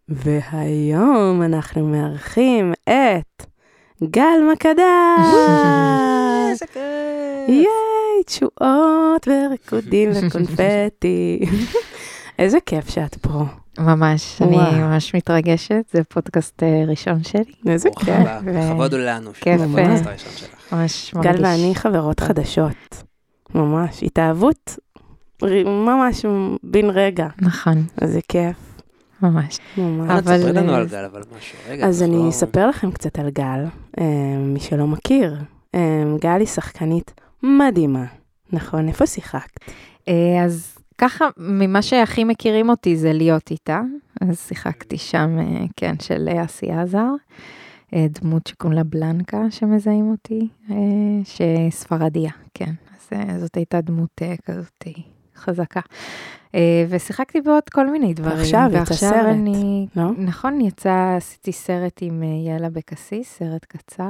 והיום אנחנו מארחים את גל מקדה. איזה כיף. ייי, תשואות וריקודים וקונפטי. איזה כיף שאת פה. ממש, אני ממש מתרגשת, זה פודקאסט ראשון שלי. איזה כיף. לכבוד הוא לנו. כיף. פודקאסט הראשון שלך. ממש מרגיש. גל ואני חברות חדשות. ממש, התאהבות ממש בן רגע. נכון. אז זה כיף. ממש. אבל תספרי לנו על גל, אבל משהו. אז אני אספר לכם קצת על גל, מי שלא מכיר. גל היא שחקנית מדהימה. נכון, איפה שיחקת? אז ככה, ממה שהכי מכירים אותי זה להיות איתה. אז שיחקתי שם, כן, של עשייה עזר. דמות שקוראים לה בלנקה שמזהים אותי, שספרדיה, כן. אז זאת הייתה דמות כזאת חזקה. ושיחקתי בעוד כל מיני דברים. עכשיו יצא סרט, לא? נכון, עשיתי סרט עם יאלה בקסיס, סרט קצר.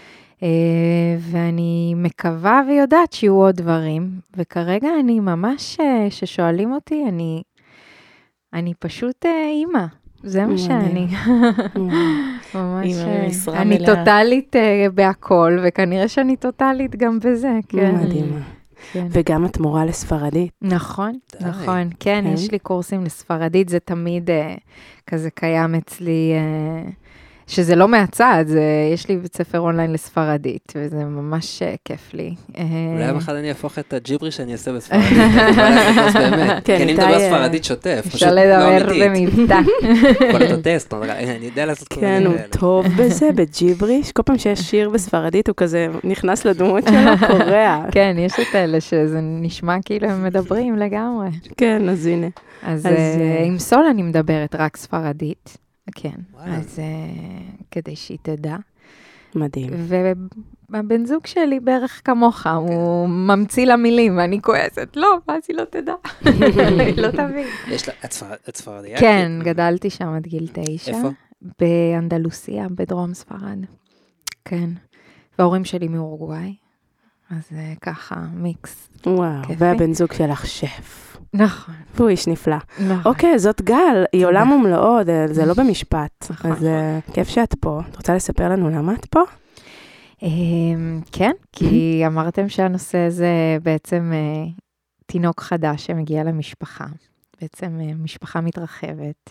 ואני מקווה ויודעת שיהיו עוד דברים. וכרגע אני ממש, ששואלים אותי, אני פשוט אימא. זה מה שאני. ממש, אני טוטלית בהכל, וכנראה שאני טוטלית גם בזה, כן. מדהימה. וגם את מורה לספרדית. נכון, נכון. כן, יש לי קורסים לספרדית, זה תמיד כזה קיים אצלי, שזה לא מהצד, יש לי בית ספר אונליין לספרדית, וזה ממש כיף לי. אולי יום אחד אני אהפוך את הג'יברי שאני אעשה בספרדית. כי אני מדבר ספרדית שוטף, פשוט לא אמיתית. אפשר לדבר במבטא. כל אותו טסט, אני יודע לעשות כל כן, הוא טוב בזה, בג'יבריש. כל פעם שיש שיר בספרדית, הוא כזה נכנס לדמות שלו, קורע. כן, יש את אלה שזה נשמע כאילו הם מדברים לגמרי. כן, אז הנה. אז עם סול אני מדברת רק ספרדית. כן, אז כדי שהיא תדע. מדהים. והבן זוג שלי בערך כמוך, הוא ממציא לה מילים, ואני כועסת, לא, ואז היא לא תדע, היא לא תבין. יש לה, את ספרדיה? כן, גדלתי שם עד גיל 9. איפה? באנדלוסיה, בדרום ספרד. כן. וההורים שלי מאורוגוואי, אז ככה, מיקס. וואו, והבן זוג שלך שף. נכון. והוא איש נפלא. נכון. אוקיי, זאת גל, היא עולם ומלואו, זה לא במשפט. אז כיף שאת פה. את רוצה לספר לנו למה את פה? כן, כי אמרתם שהנושא הזה בעצם תינוק חדש שמגיע למשפחה. בעצם משפחה מתרחבת.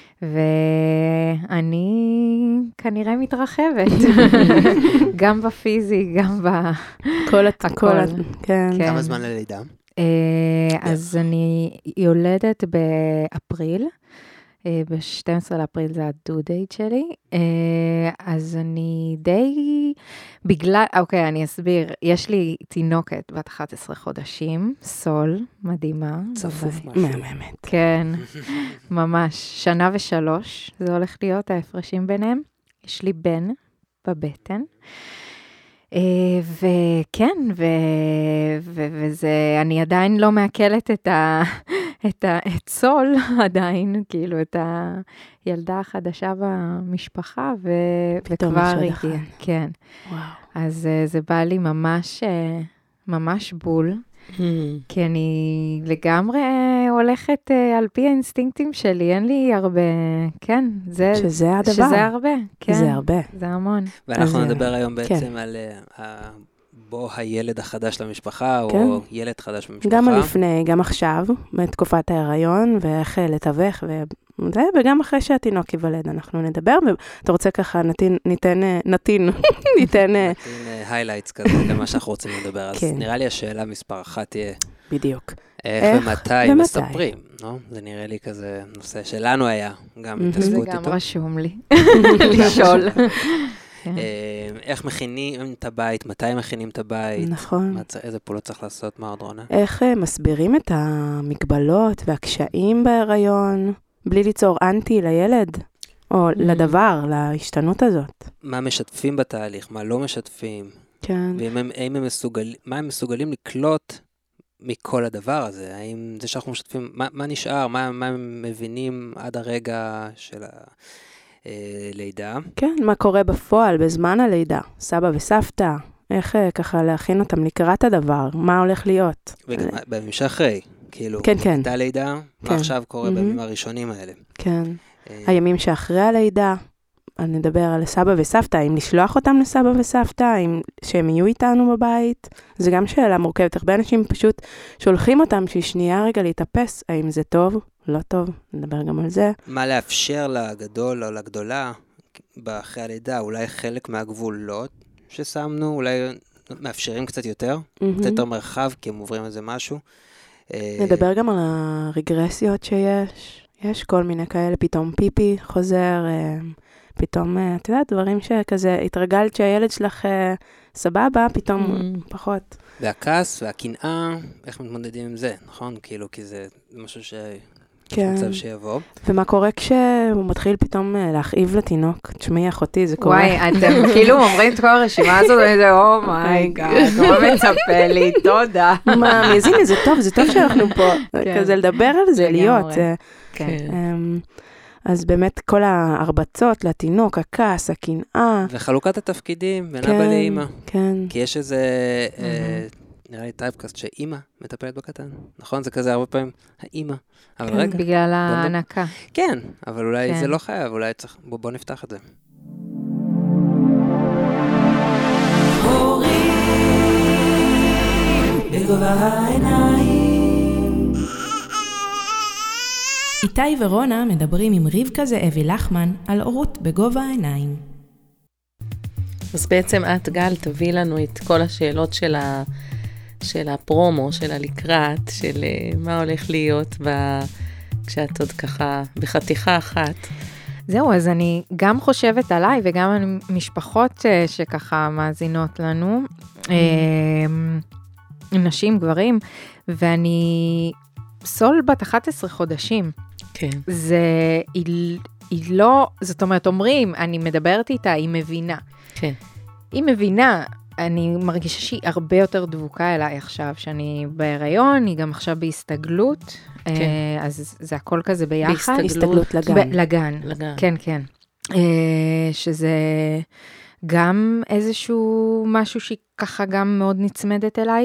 ואני כנראה מתרחבת. גם בפיזי, גם כל כן. כמה זמן ללידה? אז אני יולדת באפריל, ב-12 לאפריל זה הדו דייט שלי, אז אני די, אוקיי, אני אסביר, יש לי תינוקת בת 11 חודשים, סול, מדהימה. צפוף משהו. מהממת. כן, ממש, 1 ו3, זה הולך להיות ההפרשים ביניהם. יש לי בן בבטן. וכן, וזה, אני עדיין לא מעכלת את סול עדיין, כאילו את הילדה החדשה במשפחה, וכבר הגיע, כן. וואו. אז זה בא לי ממש בול, כי אני לגמרי הולכת על פי האינסטינקטים שלי, אין לי הרבה, כן, שזה הדבר. שזה הרבה, כן. זה הרבה. זה המון. ואנחנו נדבר היום בעצם על בו הילד החדש למשפחה, או ילד חדש במשפחה. גם לפני, גם עכשיו, בתקופת ההיריון, ואיך לתווך, וגם אחרי שהתינוק ייוולד, אנחנו נדבר, ואתה רוצה ככה, ניתן היילייטס כזה, למה שאנחנו רוצים לדבר, אז נראה לי השאלה מספר 1 תהיה, בדיוק. איך ומתי מספרים, לא? זה נראה לי כזה נושא שלנו היה, גם התעסקות איתו. זה גם רשום לי, לשאול. איך מכינים את הבית, מתי מכינים את הבית, נכון. איזה פעולות צריך לעשות, מה עוד רונה? איך מסבירים את המגבלות והקשיים בהיריון, בלי ליצור אנטי לילד, או לדבר, להשתנות הזאת. מה משתפים בתהליך, מה לא משתפים, כן. מה הם מסוגלים לקלוט מכל הדבר הזה, האם זה שאנחנו משתפים, מה נשאר, מה הם מבינים עד הרגע של הלידה. כן, מה קורה בפועל בזמן הלידה, סבא וסבתא, איך ככה להכין אותם לקראת הדבר, מה הולך להיות. וגם בימים שאחרי, כאילו, כן. הייתה לידה, מה עכשיו קורה בימים הראשונים האלה. כן. הימים שאחרי הלידה, אני נדבר על סבא וסבתא, האם לשלוח אותם לסבא וסבתא, האם שהם יהיו איתנו בבית, זה גם שאלה מורכבת, הרבה אנשים פשוט שולחים אותם ששנייה רגע להתאפס, האם זה טוב, לא טוב, נדבר גם על זה. מה לאפשר לגדול או לגדולה, אחרי הלידה, אולי חלק מהגבולות ששמנו, אולי מאפשרים קצת יותר, קצת יותר מרחב, כי הם עוברים איזה משהו. נדבר גם על הרגרסיות שיש, יש כל מיני כאלה, פתאום פיפי חוזר, פתאום, את יודעת, דברים שכזה התרגלת שהילד שלך סבבה, פתאום פחות. והכעס והקנאה, איך מתמודדים עם זה, נכון? כאילו, כי זה משהו ש... כן. מצב שיבוא. ומה קורה כשהוא מתחיל פתאום להכאיב לתינוק? תשמעי, אחותי, זה קורה. וואי, אתם כאילו אומרים את כל הרשימה הזאת, ואני אומייגאד, מה מצפה לי, תודה. מה, אז הנה, זה טוב שאנחנו פה. כזה לדבר על זה, להיות. אז באמת כל ההרבצות לתינוק, הכעס, הקנאה. וחלוקת התפקידים בין אבא לאמא. כן. כי יש איזה... נראה לי טייפקאסט שאימא מטפלת בקטן, נכון? זה כזה הרבה פעמים, האימא. אבל רגע. בגלל ההנקה. כן, אבל אולי זה לא חייב, אולי צריך, בוא נפתח את זה. בגובה העיניים. איתי ורונה מדברים עם רבקה זאבי לחמן על הורות בגובה העיניים. אז בעצם את, גל, תביא לנו את כל השאלות של הפרומו, של הלקראת, של מה הולך להיות כשאת עוד ככה בחתיכה אחת. זהו, אז אני גם חושבת עליי וגם על משפחות שככה מאזינות לנו, נשים, גברים, ואני סול בת 11 חודשים. כן. היא לא, זאת אומרת, אומרים, אני מדברת איתה, היא מבינה. כן. היא מבינה, אני מרגישה שהיא הרבה יותר דבוקה אליי עכשיו, שאני בהיריון, היא גם עכשיו בהסתגלות, כן. אז זה הכל כזה ביחד. הסתגלות לגן. לגן. כן, כן. שזה גם איזשהו משהו שהיא ככה גם מאוד נצמדת אליי,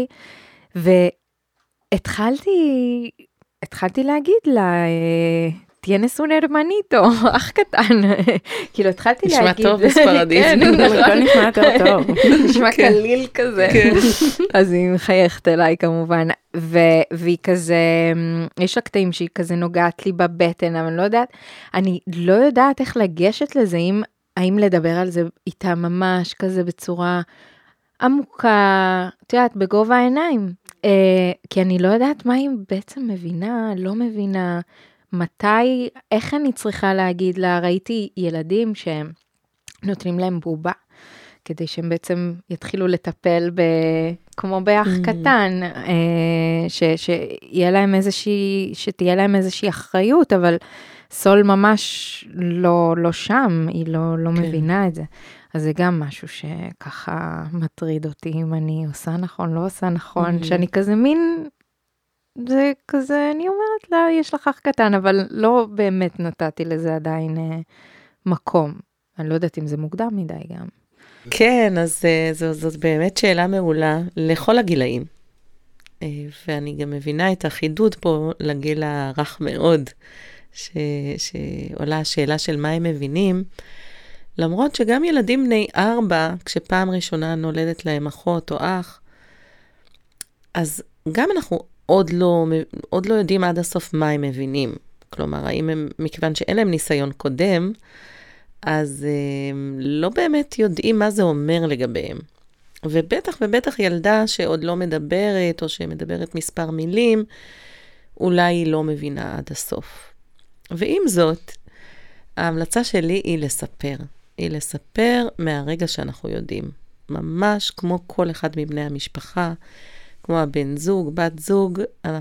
והתחלתי להגיד לה, תיאנס un hermanito, אח קטן. כאילו, התחלתי להגיד... נשמע טוב בספרדית. הכל נשמע יותר טוב. נשמע קליל כזה. אז היא מחייכת אליי כמובן. והיא כזה, יש לה קטעים שהיא כזה נוגעת לי בבטן, אבל אני לא יודעת איך לגשת לזה, האם לדבר על זה איתה ממש כזה בצורה עמוקה, את יודעת, בגובה העיניים. כי אני לא יודעת מה היא בעצם מבינה, לא מבינה, מתי, איך אני צריכה להגיד לה, ראיתי ילדים שהם נותנים להם בובה, כדי שהם בעצם יתחילו לטפל כמו באח קטן, שתהיה להם איזושהי אחריות, אבל סול ממש לא שם, היא לא מבינה את זה. אז זה גם משהו שככה מטריד אותי, אם אני עושה נכון, לא עושה נכון, שאני כזה מין, זה כזה, אני אומרת לה, יש לך אח קטן, אבל לא באמת נתתי לזה עדיין מקום. אני לא יודעת אם זה מוקדם מדי גם. כן, אז זאת באמת שאלה מעולה לכל הגילאים. ואני גם מבינה את החידוד פה לגיל הרך מאוד, שעולה השאלה של מה הם מבינים, למרות שגם ילדים בני 4, כשפעם ראשונה נולדת להם אחות או אח, אז גם אנחנו עוד לא יודעים עד הסוף מה הם מבינים. כלומר, האם הם, מכיוון שאין להם ניסיון קודם, אז לא באמת יודעים מה זה אומר לגביהם. ובטח ילדה שעוד לא מדברת, או שמדברת מספר מילים, אולי היא לא מבינה עד הסוף. ועם זאת, ההמלצה שלי היא לספר. היא לספר מהרגע שאנחנו יודעים. ממש כמו כל אחד מבני המשפחה, כמו הבן זוג, בת זוג,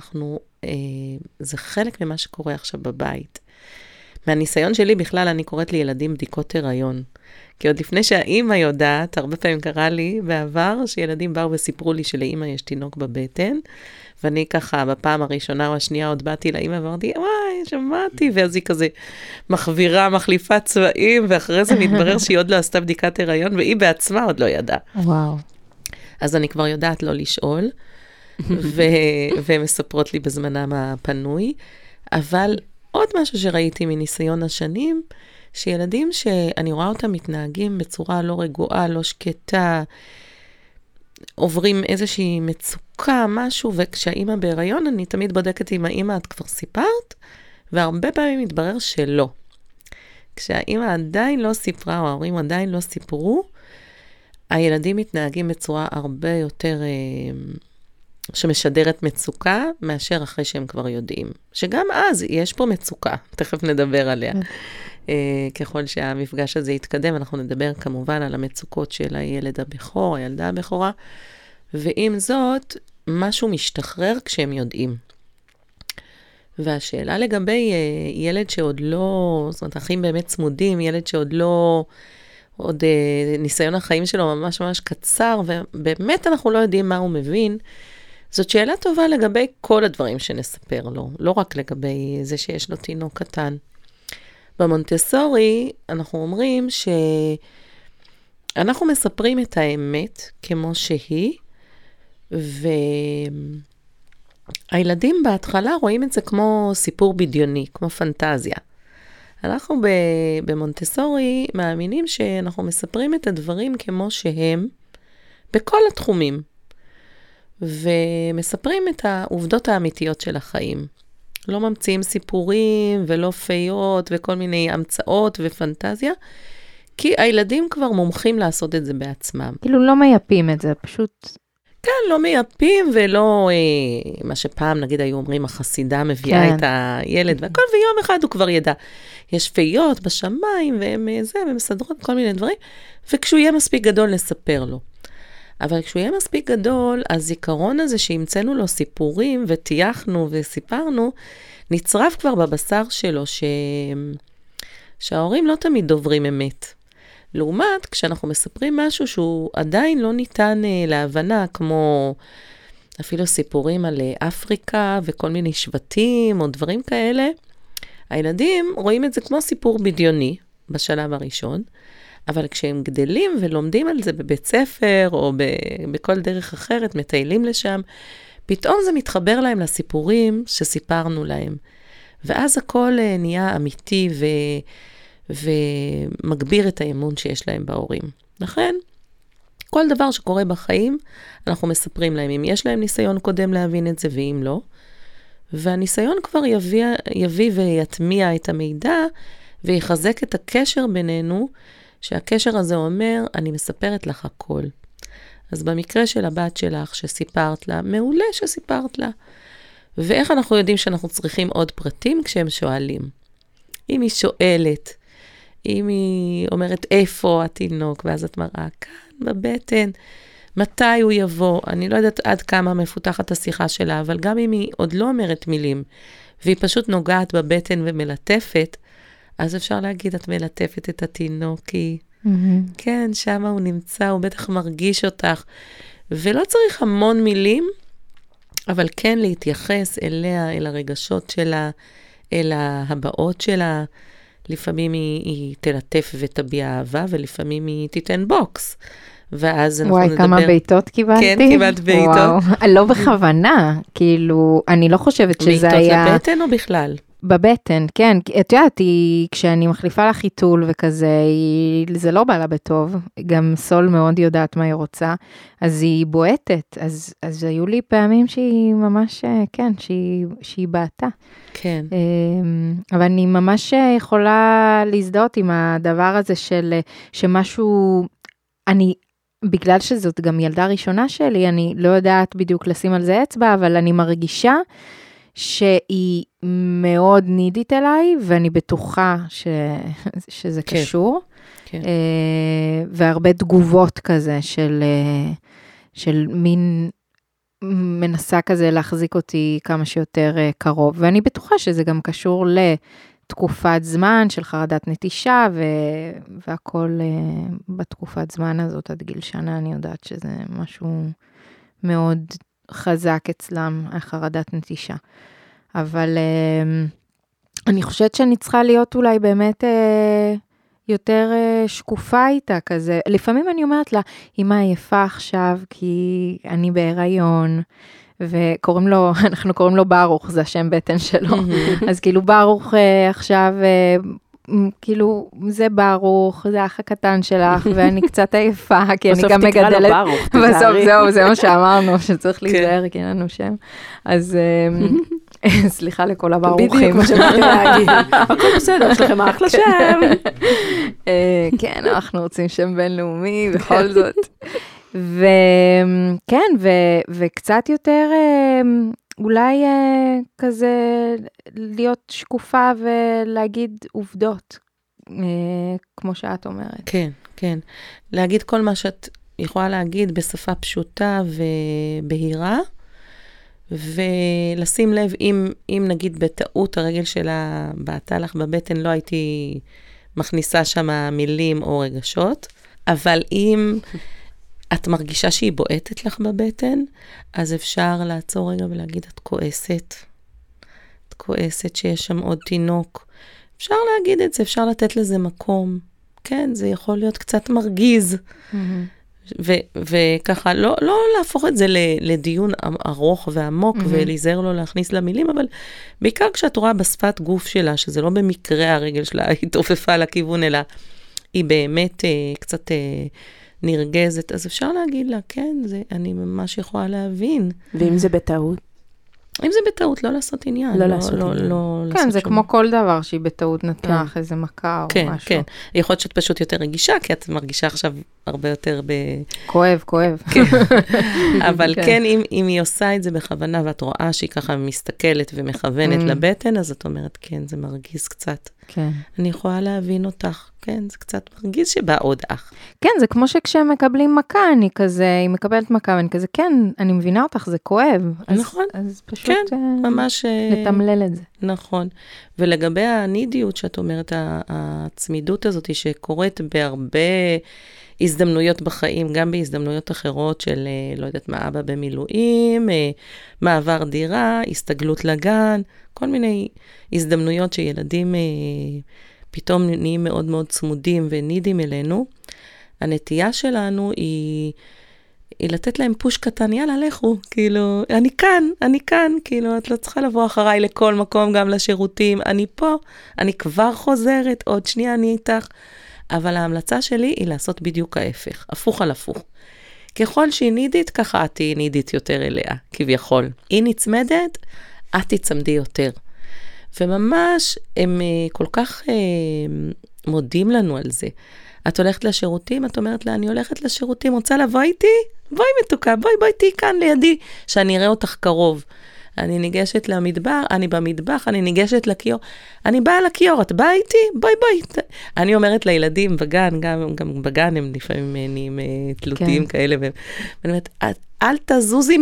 זה חלק ממה שקורה עכשיו בבית. מהניסיון שלי בכלל אני קוראת לילדים בדיקות הריון. כי עוד לפני שהאימא יודעת, הרבה פעמים קרה לי בעבר, שילדים באו וסיפרו לי שלאימא יש תינוק בבטן, ואני ככה בפעם הראשונה או השנייה עוד באתי לאימא ואמרתי, וואי, שמעתי, ואז היא כזה מחבירה, מחליפה צבעים, ואחרי זה מתברר שהיא עוד לא עשתה בדיקת הריון, והיא בעצמה עוד לא ידעה. וואו. אז אני כבר יודעת לא לשאול, והן מספרות לי בזמנם הפנוי, אבל עוד משהו שראיתי מניסיון השנים, שילדים שאני רואה אותם מתנהגים בצורה לא רגועה, לא שקטה, עוברים איזושהי מצוקה, משהו, וכשהאימא בהיריון, אני תמיד בודקת עם האימא, את כבר סיפרת? והרבה פעמים מתברר שלא. כשהאימא עדיין לא סיפרה, או ההורים עדיין לא סיפרו, הילדים מתנהגים בצורה הרבה יותר שמשדרת מצוקה, מאשר אחרי שהם כבר יודעים. שגם אז יש פה מצוקה, תכף נדבר עליה. ככל שהמפגש הזה יתקדם, אנחנו נדבר כמובן על המצוקות של הילד הבכור, הילדה הבכורה, ועם זאת, משהו משתחרר כשהם יודעים. והשאלה לגבי ילד שעוד לא, זאת אומרת, אחים באמת צמודים, ילד שעוד לא, עוד ניסיון החיים שלו ממש ממש קצר, ובאמת אנחנו לא יודעים מה הוא מבין, זאת שאלה טובה לגבי כל הדברים שנספר לו, לא רק לגבי זה שיש לו תינוק קטן. במונטסורי אנחנו אומרים שאנחנו מספרים את האמת כמו שהיא, והילדים בהתחלה רואים את זה כמו סיפור בדיוני, כמו פנטזיה. אנחנו במונטסורי מאמינים שאנחנו מספרים את הדברים כמו שהם בכל התחומים, ומספרים את העובדות האמיתיות של החיים. לא ממציאים סיפורים ולא פיות וכל מיני המצאות ופנטזיה, כי הילדים כבר מומחים לעשות את זה בעצמם. כאילו לא מייפים את זה, פשוט... כן, לא מייפים ולא, מה שפעם נגיד היו אומרים, החסידה מביאה את הילד, והכל ויום אחד הוא כבר ידע. יש פיות בשמיים והם ומסדרות כל מיני דברים, וכשהוא יהיה מספיק גדול נספר לו. אבל כשהוא יהיה מספיק גדול, הזיכרון הזה שהמצאנו לו סיפורים ותייחנו וסיפרנו, נצרף כבר בבשר שלו שההורים לא תמיד דוברים אמת. לעומת, כשאנחנו מספרים משהו שהוא עדיין לא ניתן להבנה, כמו אפילו סיפורים על אפריקה וכל מיני שבטים או דברים כאלה, הילדים רואים את זה כמו סיפור בדיוני בשלב הראשון, אבל כשהם גדלים ולומדים על זה בבית ספר או בכל דרך אחרת, מטיילים לשם, פתאום זה מתחבר להם לסיפורים שסיפרנו להם. ואז הכל נהיה אמיתי ומגביר את האמון שיש להם בהורים. לכן, כל דבר שקורה בחיים, אנחנו מספרים להם. אם יש להם ניסיון קודם להבין את זה ואם לא, והניסיון כבר יביא ויתמיע את המידע ויחזק את הקשר בינינו, שהקשר הזה אומר, אני מספרת לך הכל. אז במקרה של הבת שלך שסיפרת לה, מעולה שסיפרת לה. ואיך אנחנו יודעים שאנחנו צריכים עוד פרטים כשהם שואלים? אם היא שואלת, אם היא אומרת איפה התינוק, ואז את מראה כאן בבטן, מתי הוא יבוא, אני לא יודעת עד כמה מפותחת השיחה שלה, אבל גם אם היא עוד לא אומרת מילים, והיא פשוט נוגעת בבטן ומלטפת, אז אפשר להגיד, את מלטפת את התינוק, כי כן, שם הוא נמצא, הוא בטח מרגיש אותך, ולא צריך המון מילים, אבל כן להתייחס אליה, אל הרגשות שלה, אל ההבעות שלה. לפעמים היא תלטף ותביע אהבה, ולפעמים היא תיתן בוקס. ואז אנחנו נדבר... וואי, כמה בעיטות קיבלתי. כן, קיבלת בעיטות. וואו, לא בכוונה, כאילו, אני לא חושבת שזה היה... בעיטות לבטן או בכלל? בבטן, כן. את יודעת, כשאני מחליפה לה חיתול וכזה, זה לא בא לה בטוב. גם סול מאוד יודעת מה היא רוצה, אז היא בועטת. אז היו לי פעמים שהיא ממש, כן, שהיא בעטה. כן. אבל אני ממש יכולה להזדהות עם הדבר הזה שמשהו, בגלל שזאת גם ילדה ראשונה שלי, אני לא יודעת בדיוק לשים על זה אצבע, אבל אני מרגישה שהיא מאוד נידית אליי, ואני בטוחה שזה כן. קשור. כן. והרבה תגובות כזה של מין מנסה כזה להחזיק אותי כמה שיותר קרוב. ואני בטוחה שזה גם קשור לתקופת זמן של חרדת נטישה, והכל בתקופת זמן הזאת עד גיל שנה, אני יודעת שזה משהו מאוד חזק אצלם, החרדת נטישה. אבל אני חושבת שאני צריכה להיות אולי באמת יותר שקופה איתה כזה. לפעמים אני אומרת לה, אמא עייפה עכשיו כי אני בהיריון, וקוראים לו, אנחנו קוראים לו ברוך, זה השם בטן שלו. אז כאילו ברוך עכשיו, כאילו זה ברוך, זה האח הקטן שלך, ואני קצת עייפה, כי אני גם מגדלת. בסוף תקרא לו ברוך, בסוף זהו, זה מה שאמרנו, שצריך להיזהר, כי אין לנו שם. אז סליחה לכל הברוכים. בדיוק מה שבאתי להגיד. הכל בסדר, יש לכם אחלה שם. כן, אנחנו רוצים שם בינלאומי, בכל זאת. וכן, וקצת יותר אולי כזה להיות שקופה ולהגיד עובדות, כמו שאת אומרת. כן, כן. להגיד כל מה שאת יכולה להגיד בשפה פשוטה ובהירה, ולשים לב אם נגיד בטעות הרגל שלה בעטה לך בבטן, לא הייתי מכניסה שם מילים או רגשות, אבל אם את מרגישה שהיא בועטת לך בבטן, אז אפשר לעצור רגע ולהגיד, את כועסת. את כועסת שיש שם עוד תינוק. אפשר להגיד את זה, אפשר לתת לזה מקום. כן, זה יכול להיות קצת מרגיז. וככה, לא להפוך את זה לדיון ארוך ועמוק, ולהיזהר לו להכניס למילים, אבל בעיקר כשאת רואה בשפת גוף שלה, שזה לא במקרה הרגל שלה התעופפה לכיוון, אלא היא באמת קצת נרגזת, אז אפשר להגיד לה, כן, אני ממש יכולה להבין. ואם זה בטעות? אם זה בטעות, לא לעשות עניין. לא לעשות עניין. כן, זה כמו כל דבר שהיא בטעות נתנה לך איזה מכה או משהו. כן, כן. יכול להיות שאת פשוט יותר רגישה, כי את מרגישה עכשיו הרבה יותר כואב. אבל כן, אם היא עושה את זה בכוונה, ואת רואה שהיא ככה מסתכלת ומכוונת לבטן, אז את אומרת, כן, זה מרגיז קצת. כן. אני יכולה להבין אותך. כן, זה קצת מרגיז שבא עוד אח. כן, זה כמו שכשהם מקבלים מכה, אני כזה, היא מקבלת מכה, ואני כזה, כן, אני מבינה אותך, זה כואב. נכון. אז פשוט כן, ממש לתמלל את זה. נכון. ולגבי הנידיות שאת אומרת, הצמידות הזאת שקורית בהרבה הזדמנויות בחיים, גם בהזדמנויות אחרות של, לא יודעת מה, אבא במילואים, מעבר דירה, הסתגלות לגן, כל מיני הזדמנויות שילדים פתאום נהיים מאוד מאוד צמודים ונידים אלינו. הנטייה שלנו היא לתת להם פוש קטן, יאללה, לכו, כאילו, אני כאן, כאילו, את לא צריכה לבוא אחריי לכל מקום, גם לשירותים, אני פה, אני כבר חוזרת, עוד שנייה אני איתך, אבל ההמלצה שלי היא לעשות בדיוק ההפך, הפוך על הפוך. ככל שהיא נידית, ככה את תהיי נידית יותר אליה, כביכול. היא נצמדת, את תצמדי יותר. וממש הם כל כך מודים לנו על זה. את הולכת לשירותים, את אומרת לה, אני הולכת לשירותים, רוצה לבוא איתי? בואי מתוקה, בואי תהי כאן לידי, שאני אראה אותך קרוב. אני ניגשת למטבח, אני במטבח, אני ניגשת לכיור, אני באה לכיור, את באה איתי? בואי. אני אומרת לילדים בגן, גם בגן הם לפעמים נהיים תלותיים כאלה, ואני אומרת, אל תזוזי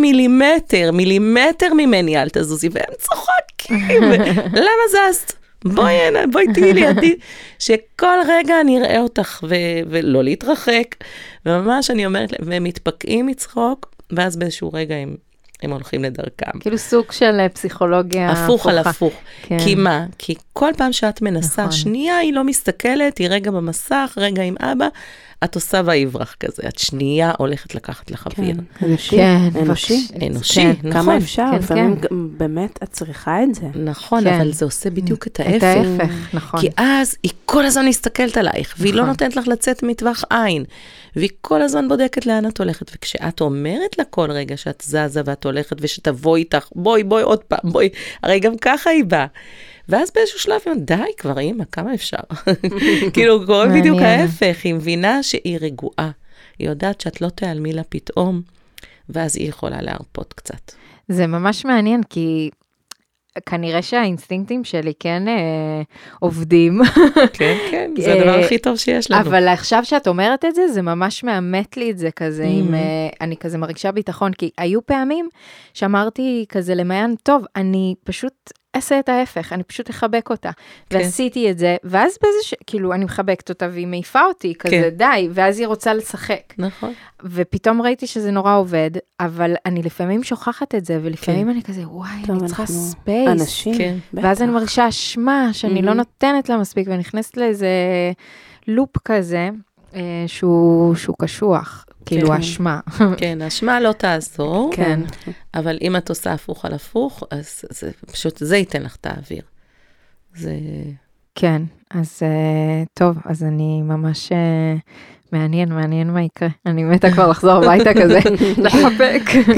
מילימטר ממני, אל תזוזי, והם צוחקים, למה זזת? בואי תהי לידי, שכל רגע אני אראה אותך, ולא להתרחק, וממש אני אומרת, והם מתפקעים מצחוק, ואז באיזשהו רגע הם הולכים לדרכם. כאילו סוג של פסיכולוגיה הפוך על הפוך. כן. כי מה? כי כל פעם שאת מנסה, נכון. שנייה היא לא מסתכלת, היא רגע במסך, רגע עם אבא, את עושה ויברח כזה, את שנייה הולכת לקחת לך אוויר. כן, אנושי. נכון. כמה אפשר, לפעמים באמת את צריכה את זה. נכון, אבל זה עושה בדיוק את ההפך. את ההפך, נכון. כי אז היא כל הזמן מסתכלת עלייך, והיא לא נותנת לך לצאת מטווח עין, והיא כל הזמן בודקת לאן את הולכת, וכשאת אומרת לה כל רגע שאת זזה ואת הולכת, ושתבוא איתך, בואי עוד פעם, בואי, הרי גם ככה היא באה. ואז באיזשהו שלב, די כבר, אמא, כמה אפשר? כאילו, קורה בדיוק ההפך, היא מבינה שהיא רגועה. היא יודעת שאת לא תיעלמי לה פתאום, ואז היא יכולה להרפות קצת. זה ממש מעניין, כי כנראה שהאינסטינקטים שלי כן עובדים. כן, זה הדבר הכי טוב שיש לנו. אבל עכשיו שאת אומרת את זה, זה ממש מאמת לי את זה כזה, אני כזה מרגישה ביטחון, כי היו פעמים שאמרתי כזה למעיין, טוב, אני פשוט אעשה את ההפך, אני פשוט אחבק אותה. ועשיתי את זה, ואז כאילו אני מחבקת אותה, והיא מעיפה אותי, כזה די, ואז היא רוצה לשחק. נכון. ופתאום ראיתי שזה נורא עובד, אבל אני לפעמים שוכחת את זה, ולפעמים אני כזה, וואי, אני צריכה ספייס. אנשים, ואז אני מרגישה אשמה, שאני לא נותנת לה מספיק, ונכנסת לאיזה לופ כזה, שהוא קשוח, כאילו אשמה. כן, האשמה לא תעזור, כן. אבל אם את עושה הפוך על הפוך, אז זה פשוט, זה ייתן לך את האוויר. זה... כן, אז טוב, אז אני ממש מעניין מה יקרה. אני מתה כבר לחזור הביתה כזה, לחפק.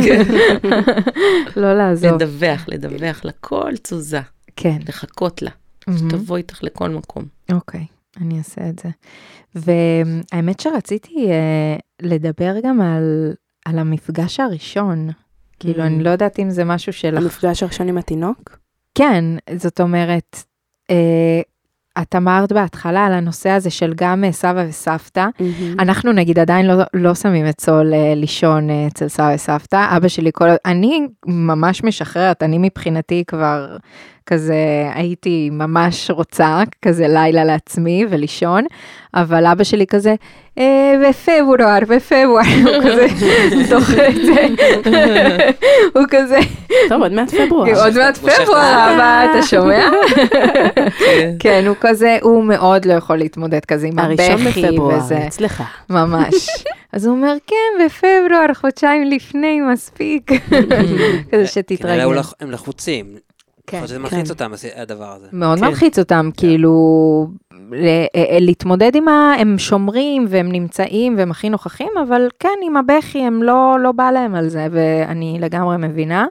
לא לעזוב. לדווח לכל תזוזה. כן. לחכות לה. שתבוא איתך לכל מקום. אוקיי, אני אעשה את זה. והאמת שרציתי לדבר גם על המפגש הראשון. כאילו, אני לא יודעת אם זה משהו שלך. המפגש הראשון עם התינוק? כן, זאת אומרת, את אמרת בהתחלה על הנושא הזה של גם סבא וסבתא. אנחנו נגיד עדיין לא שמים את סול לישון אצל סבא וסבתא. אבא שלי אני ממש משחררת, אני מבחינתי כבר כזה הייתי ממש רוצה כזה לילה לעצמי ולישון, אבל אבא שלי כזה, בפברואר, הוא כזה דוחה את זה. הוא כזה. טוב, עוד מעט פברואר. עוד מעט פברואר, אבל אתה שומע? כן, הוא כזה, הוא מאוד לא יכול להתמודד כזה עם הבכי וזה. הראשון בפברואר, אצלך. ממש. אז הוא אומר, כן, בפברואר, חודשיים לפני, מספיק. כזה שתתרגל. כנראה הם לחוצים. כן. זה מלחיץ אותם, הדבר הזה. מאוד מלחיץ אותם, כאילו, להתמודד הם שומרים והם נמצאים והם הכי נוכחים, אבל כן, עם הבכי הם לא בא להם על זה, ואני לגמרי מבינה.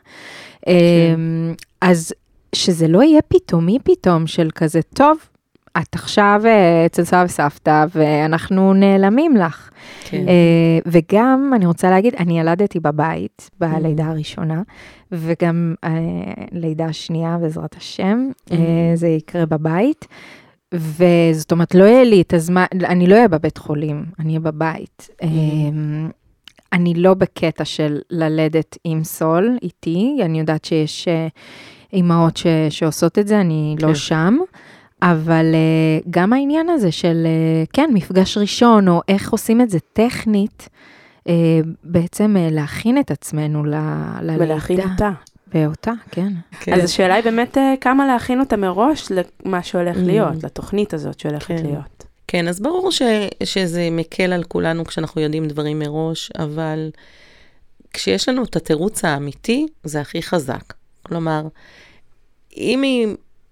אז שזה לא יהיה פתאום של כזה, טוב, את עכשיו אצל סבא וסבתא, ואנחנו נעלמים לך. וגם, אני רוצה להגיד, אני ילדתי בבית, בלידה הראשונה, וגם לידה השנייה, בעזרת השם, זה יקרה בבית, וזאת אומרת, לא יהיה לי את הזמן, אני לא אהיה בבית חולים, אני אהיה בבית. אני לא בקטע של ללדת עם סול איתי, אני יודעת שיש אימהות שעושות את זה, אני לא שם, אבל גם העניין הזה של, כן, מפגש ראשון, או איך עושים את זה טכנית, בעצם להכין את עצמנו ללידה. ולהכין אותה. ואותה, כן. אז השאלה היא באמת כמה להכין אותה מראש למה שהולך להיות, לתוכנית הזאת שהולכת להיות. כן, אז ברור שזה מקל על כולנו כשאנחנו יודעים דברים מראש, אבל כשיש לנו את התירוץ האמיתי, זה הכי חזק. כלומר, אם היא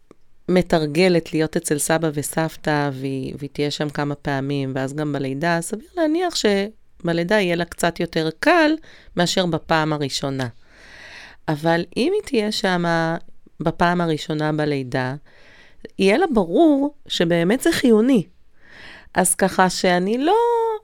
מתרגלת להיות אצל סבא וסבתא, והיא תהיה שם כמה פעמים, ואז גם בלידה, סביר להניח שבלידה יהיה לה קצת יותר קל, מאשר בפעם הראשונה. אבל אם היא תהיה שם בפעם הראשונה בלידה, יהיה לה ברור שבאמת זה חיוני. אז ככה שאני לא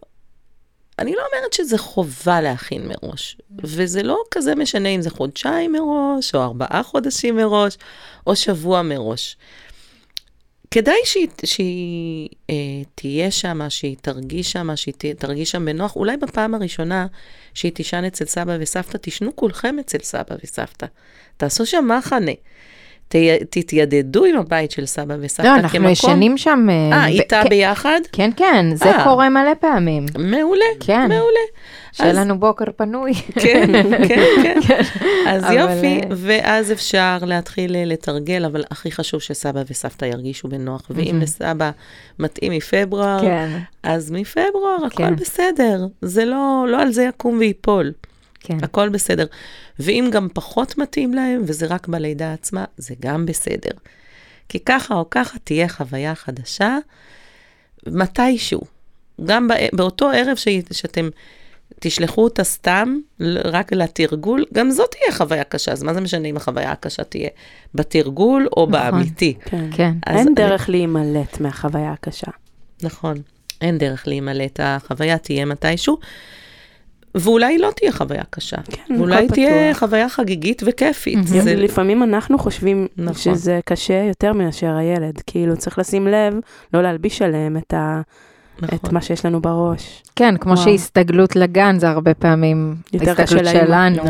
אומרת שזה חובה להכין מראש. וזה לא כזה משנה אם זה חודשיים מראש, או 4 חודשים מראש, או שבוע מראש. כדאי שהיא תהיה שם, שהיא תרגיש שם, שהיא תרגיש שם בנוח. אולי בפעם הראשונה שהיא תישן אצל סבא וסבתא, תשנו כולכם אצל סבא וסבתא. תעשו שם מחנה. תתיידדו עם הבית של סבא וסבתא כמקום. לא, אנחנו ישנים שם. איתה ביחד? כן, כן, זה קורה מלא פעמים. מעולה, מעולה. שיהיה לנו בוקר פנוי. כן, כן, כן. אז יופי, ואז אפשר להתחיל לתרגל, אבל הכי חשוב שסבא וסבתא ירגישו בנוח, ואם לסבא מתאים מפברואר, אז מפברואר הכל בסדר. זה לא על זה יקום ויפול. הכל בסדר. ואם גם פחות מתאים להם, וזה רק בלידה עצמה, זה גם בסדר. כי ככה או ככה תהיה חוויה חדשה, מתישהו. גם באותו ערב שאתם תשלחו אותה סתם, רק לתרגול, גם זאת תהיה חוויה קשה. אז מה זה משנה אם החוויה הקשה תהיה בתרגול או באמיתי? כן. אין דרך להימלט מהחוויה הקשה. נכון. אין דרך להימלט. החוויה תהיה מתישהו. ואולי לא תהיה חוויה קשה. ואולי תהיה חוויה חגיגית וכיפית. לפעמים אנחנו חושבים שזה קשה יותר מאשר הילד. כאילו צריך לשים לב, לא להלביש עליהם את מה שיש לנו בראש. כן, כמו שהסתגלות לגן, זה הרבה פעמים הסתגלות שלנו.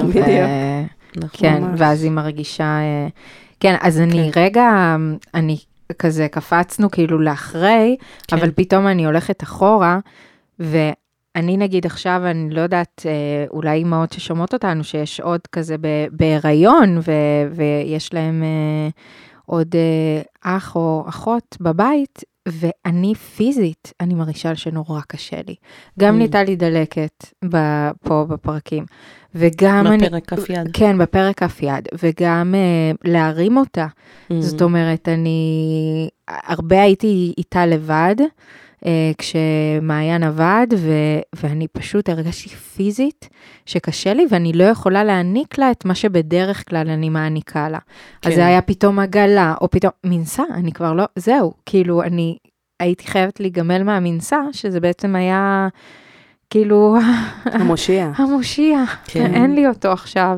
כן, ואז היא מרגישה... כן, אז אני כזה קפצנו כאילו לאחרי, אבל פתאום אני הולכת אחורה, אני נגיד עכשיו, אני לא יודעת, אולי אימהות ששומעות אותנו, שיש עוד כזה בהיריון, ויש להם עוד אח או אחות בבית, ואני פיזית, אני מרגישה שנורא קשה לי. גם נהייתה לי דלקת פה בפרקים, וגם בפרק כף יד. כן, בפרק כף יד, וגם להרים אותה. זאת אומרת, אני הרבה הייתי איתה לבד, כשמעיין עבד, ואני פשוט הרגשתי פיזית שקשה לי, ואני לא יכולה להעניק לה את מה שבדרך כלל אני מעניקה לה. אז זה היה פתאום עגלה, או פתאום מנסה, אני כבר לא, זהו, כאילו אני הייתי חייבת להיגמל מהמנסה, שזה בעצם היה כאילו המושיע. המושיע, אין לי אותו עכשיו.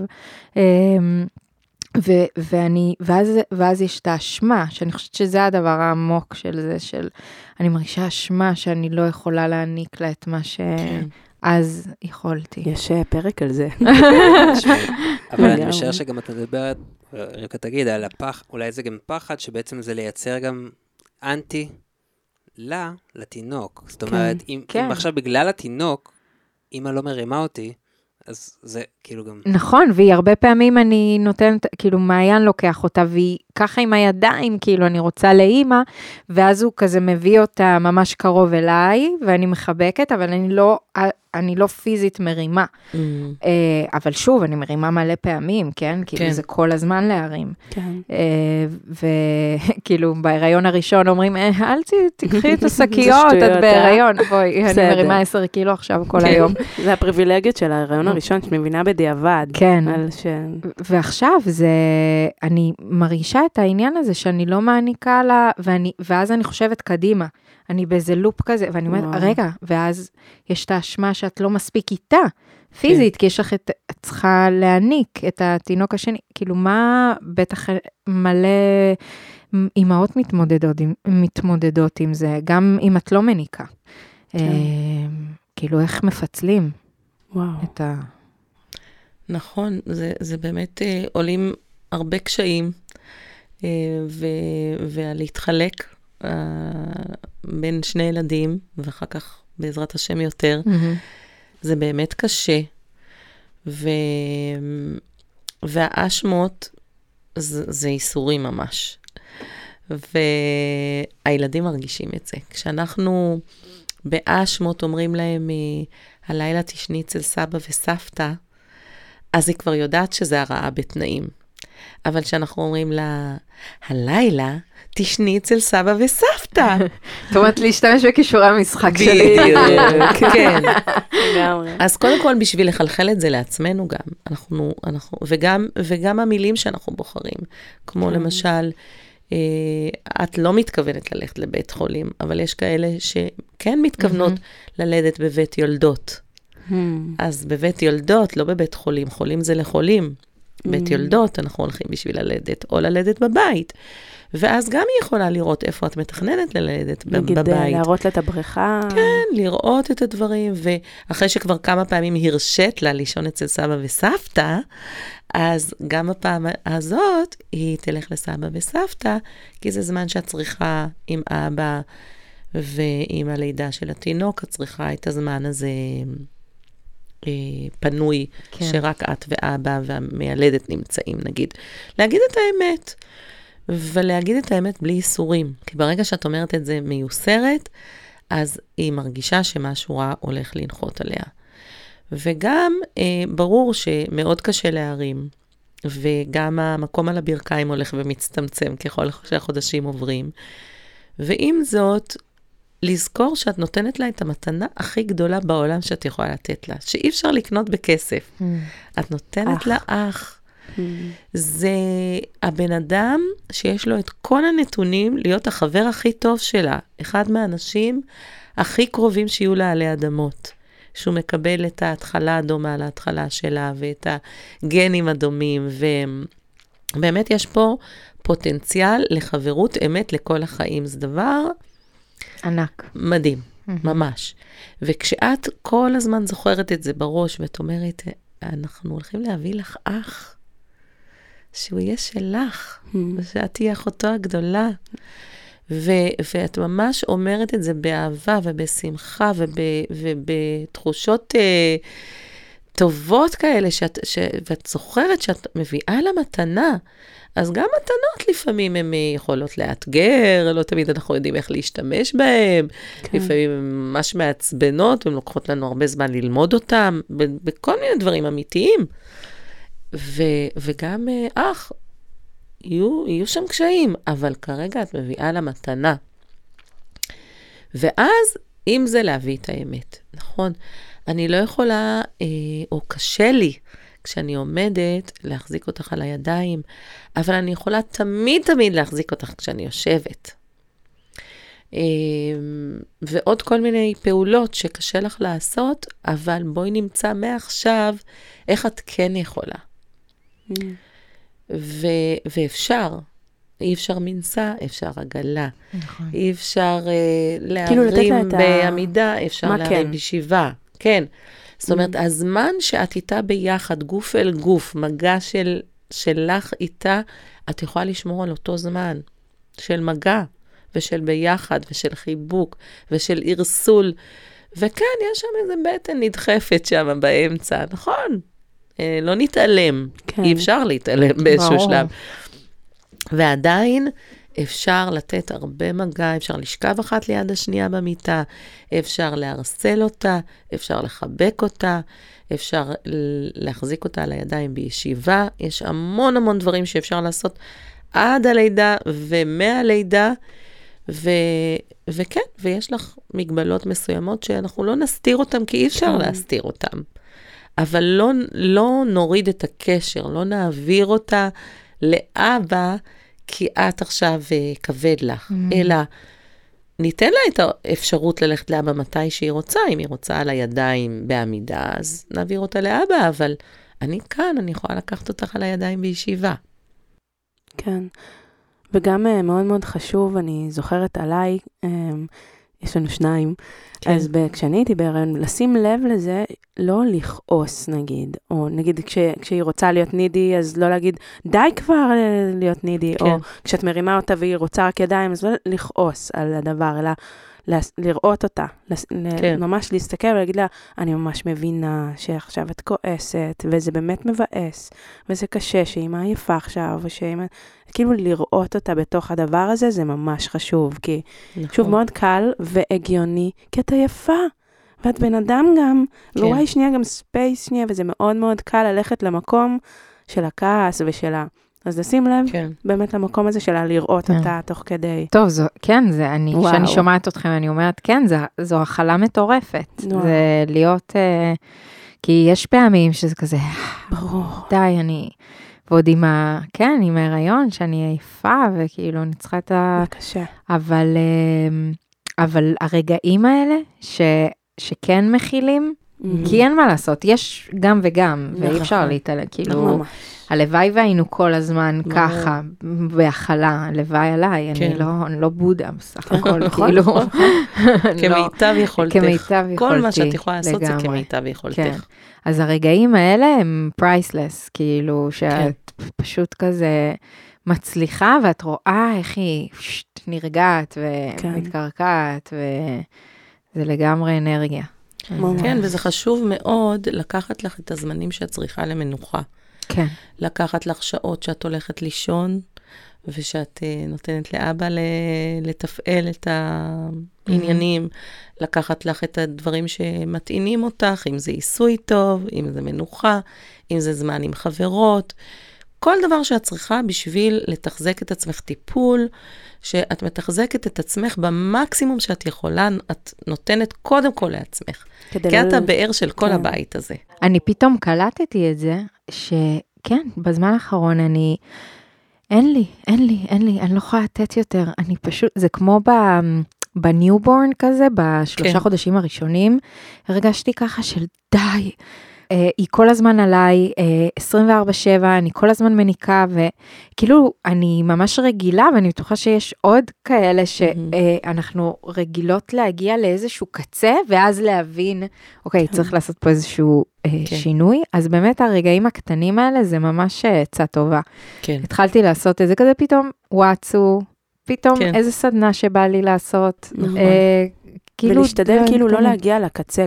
ואז יש את האשמה, שאני חושבת שזה הדבר העמוק של זה, אני מרגישה אשמה שאני לא יכולה להעניק לה את מה שאז יכולתי. יש פרק על זה. אבל אני משער שגם את מדברת, רבקה תגיד, על הפח, אולי זה גם פחד, שבעצם זה לייצר גם אנטי לתינוק. זאת אומרת, אם עכשיו בגלל התינוק, אמא לא מרימה אותי, אז זה כאילו גם... נכון, והיא הרבה פעמים אני נותנת, כאילו מעיין לוקח אותה, והיא ככה עם הידיים, כאילו אני רוצה לאמא, ואז הוא כזה מביא אותה ממש קרוב אליי, ואני מחבקת, אבל אני לא פיזית מרימה. אבל שוב, אני מרימה מלא פעמים, כן? כאילו זה כל הזמן להרים. וכאילו בהיריון הראשון אומרים, אל תקחי את השקיות, את בהיריון. בואי, אני מרימה 10 קילו עכשיו כל היום. זה הפריבילגיות של ההיריון הראשון, שמבינה בדיעבד. כן. ועכשיו אני מרגישה את העניין הזה, שאני לא מעניקה לה, ואז אני חושבת קדימה. אני באיזה לופ כזה, ואני אומרת, רגע, ואז יש את האשמה שאת לא מספיק איתה, פיזית, כי יש לך את צריכה להעניק את התינוק השני, כאילו מה בטח מלא אמהות מתמודדות עם זה, גם אם את לא מניקה. כאילו איך מפצלים את ה... נכון, זה באמת עולים הרבה קשיים, ולהתחלק בין שני ילדים, ואחר כך בעזרת השם יותר, זה באמת קשה. והאשמות זה איסורים ממש. והילדים מרגישים את זה. כשאנחנו באשמות אומרים להם, הלילה תשני אצל סבא וסבתא, אז היא כבר יודעת שזה הרעה בתנאים. אבל כשאנחנו אומרים לה, הלילה תשני אצל סבא וסבתא. זאת אומרת, להשתמש בכישורי המשחק שלי. כן. אז קודם כל, בשביל לחלחל את זה לעצמנו גם, וגם המילים שאנחנו בוחרים, כמו למשל, את לא מתכוונת ללכת לבית חולים, אבל יש כאלה שכן מתכוונות ללדת בבית יולדות. אז בבית יולדות, לא בבית חולים, חולים זה לחולים. בית יולדות, אנחנו הולכים בשביל ללדת, או ללדת בבית. ואז גם היא יכולה לראות איפה את מתכננת ללדת בבית. נגיד, להראות לה את הבריכה. כן, לראות את הדברים, ואחרי שכבר כמה פעמים הרשת לה לישון אצל סבא וסבתא, אז גם הפעם הזאת, היא תלך לסבא וסבתא, כי זה זמן שאת צריכה עם אבא, ועם הלידה של התינוק, את צריכה את הזמן הזה פנוי, כן. שרק את ואבא והמיילדת נמצאים, נגיד. להגיד את האמת, ולהגיד את האמת בלי איסורים. כי ברגע שאת אומרת את זה מיוסרת, אז היא מרגישה שמשהו רע הולך לנחות עליה. וגם ברור שמאוד קשה להרים, וגם המקום על הברכיים הולך ומצטמצם ככל שהחודשים עוברים. ועם זאת, לזכור שאת נותנת לה את המתנה הכי גדולה בעולם שאת יכולה לתת לה, שאי אפשר לקנות בכסף. את נותנת לה אח. זה הבן אדם שיש לו את כל הנתונים להיות החבר הכי טוב שלה, אחד מהאנשים הכי קרובים שיהיו לה עלי אדמות, שהוא מקבל את ההתחלה הדומה להתחלה שלה, ואת הגנים הדומים, ובאמת יש פה פוטנציאל לחברות אמת לכל החיים, זה דבר ענק. מדהים, ממש. וכשאת כל הזמן זוכרת את זה בראש, ואת אומרת, אנחנו הולכים להביא לך אח, שהוא יהיה שלך, ושאת תהיה אחותו הגדולה. ואת ממש אומרת את זה באהבה ובשמחה, ובתחושות טובות כאלה, ואת זוכרת שאת מביאה לה מתנה, אז גם מתנות לפעמים הן יכולות לאתגר, לא תמיד אנחנו יודעים איך להשתמש בהן, כן. לפעמים הן ממש מעצבנות, והן לוקחות לנו הרבה זמן ללמוד אותן, בכל מיני דברים אמיתיים. וגם יהיו שם קשיים, אבל כרגע את מביאה לה מתנה. ואז, אם זה להביא את האמת, נכון? אני לא יכולה, או קשה לי, כשאני עומדת, להחזיק אותך על הידיים, אבל אני יכולה תמיד להחזיק אותך כשאני יושבת. ועוד כל מיני פעולות שקשה לך לעשות, אבל בואי נמצא מעכשיו איך את כן יכולה. ואפשר, אי אפשר מנסה, אפשר עגלה. נכון. אי אפשר להרים בעמידה, אפשר להרים בישיבה. כן. זאת אומרת, הזמן שאת איתה ביחד, גוף אל גוף, מגע שלך איתה, את יכולה לשמור על אותו זמן של מגע, ושל ביחד, ושל חיבוק, ושל ערסול. וכן, יש שם איזה בטן נדחפת שם באמצע, נכון? לא נתעלם. כן. אי אפשר להתעלם באיזשהו שלב. ועדיין אפשר לתת הרבה מגע, אפשר לשכב אחת ליד השנייה במיטה, אפשר להרסל אותה, אפשר לחבק אותה, אפשר להחזיק אותה על הידיים בישיבה, יש המון המון דברים שאפשר לעשות עד הלידה ומהלידה, וכן, ויש לך מגבלות מסוימות שאנחנו לא נסתיר אותם, כי אי אפשר להסתיר אותם. אבל לא נוריד את הקשר, לא נעביר אותה לאבא, כי את עכשיו כבד לך, אלא ניתן לה את האפשרות ללכת לאבא מתי שהיא רוצה, אם היא רוצה על הידיים בעמידה, אז נעביר אותה לאבא, אבל אני כאן, אני יכולה לקחת אותך על הידיים בישיבה. כן, וגם מאוד מאוד חשוב, אני זוכרת עליי, יש לנו 2, כן. אז כשאני הייתי בהיריון, לשים לב לזה, לא לכעוס נגיד, או נגיד כשהיא רוצה להיות נידי, אז לא להגיד, די כבר להיות נידי, כן. או כשאת מרימה אותה והיא רוצה רק ידיים, אז לא לכעוס על הדבר, אלא לראות אותה, כן. ממש להסתכל ולהגיד לה, אני ממש מבינה שעכשיו את כועסת, וזה באמת מבאס, וזה קשה שאמא עייפה עכשיו, ושאמא, כאילו לראות אותה בתוך הדבר הזה, זה ממש חשוב, כי נכון. שוב מאוד קל והגיוני, כי את עייפה, ואת בן אדם גם, כן. ווואי שנייה גם ספייס שנייה, וזה מאוד מאוד קל ללכת למקום של הכעס ושל אז לשים לב, כן. באמת למקום הזה שלה לראות כן. אותה תוך כדי. טוב, כן, כשאני שומעת אתכם, אני אומרת, כן, זו החלה מטורפת. וואו. זה להיות, כי יש פעמים שזה כזה, ברור. די, ועוד עם עם ההיריון, שאני עייפה, וכאילו נצחה את זה קשה. אבל הרגעים האלה, שכן מכילים, כי אין מה לעשות, יש גם וגם, ואי אפשר להתעלם, כאילו, הלוואי והיינו כל הזמן ככה, בהכלה, הלוואי עליי, אני לא בודה בסך הכל, כאילו. כמיטב יכולתך. כל מה שאת יכולה לעשות זה כמיטב יכולתך. אז הרגעים האלה הם פרייסלס, כאילו, שאת פשוט כזה מצליחה, ואת רואה איך היא נרגעת ומתקרקעת, וזה לגמרי אנרגיה. כן, וזה חשוב מאוד לקחת לך את הזמנים שאת צריכה למנוחה. כן. לקחת לך שעות שאת הולכת לישון, ושאת נותנת לאבא לתפעל את העניינים, לקחת לך את הדברים שמתאינים אותך, אם זה עיסוי טוב, אם זה מנוחה, אם זה זמן עם חברות, כל דבר שאת צריכה בשביל לתחזק את עצמך טיפול, שאת מתחזקת את עצמך במקסימום שאת יכולה, את נותנת קודם כל לעצמך. כי את הבאר של כל הבית הזה. אני פתאום קלטתי את זה, שכן, בזמן האחרון אין לי, אני לא יכולה לתת יותר, אני פשוט, זה כמו בניובורן כזה, ב3 חודשים הראשונים, הרגשתי ככה של די, היא כל הזמן עליי, 24/7, אני כל הזמן מניקה, וכאילו אני ממש רגילה, ואני בטוחה שיש עוד כאלה שאנחנו רגילות להגיע לאיזשהו קצה, ואז להבין, אוקיי, צריך לעשות פה איזשהו שינוי, אז באמת הרגעים הקטנים האלה, זה ממש עצה טובה. התחלתי לעשות את זה כזה פתאום, וואצו, פתאום איזה סדנה שבא לי לעשות, ולהשתדל כאילו לא להגיע לקצה,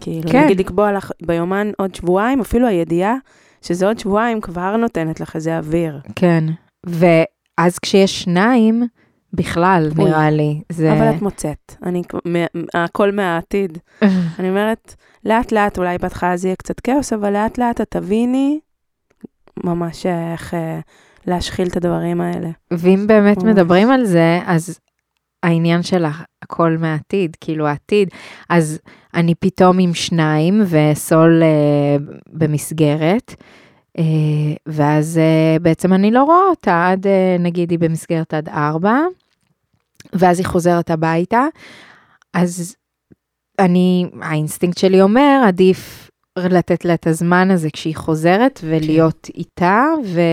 כאילו, כן. נגיד לקבוע לך ביומן עוד שבועיים, אפילו הידיעה שזה עוד שבועיים כבר נותנת לך איזה אוויר. כן, ואז כשיש 2, בכלל, אוי. נראה לי. זה... אבל את מוצאת, הכל מהעתיד. אני אומרת, לאט לאט, אולי בהתחלה זה יהיה קצת כאוס, אבל לאט לאט את תביני ממש איך להשחיל את הדברים האלה. ואם באמת ממש. מדברים על זה, אז העניין של הכל מהעתיד, כאילו העתיד, אז אני פתאום עם 2 וסול במסגרת, ואז בעצם אני לא רואה אותה עד, נגיד היא במסגרת עד 4, ואז היא חוזרת הביתה, אז האינסטינקט שלי אומר, עדיף לתת לה את הזמן הזה כשהיא חוזרת, ולהיות איתה,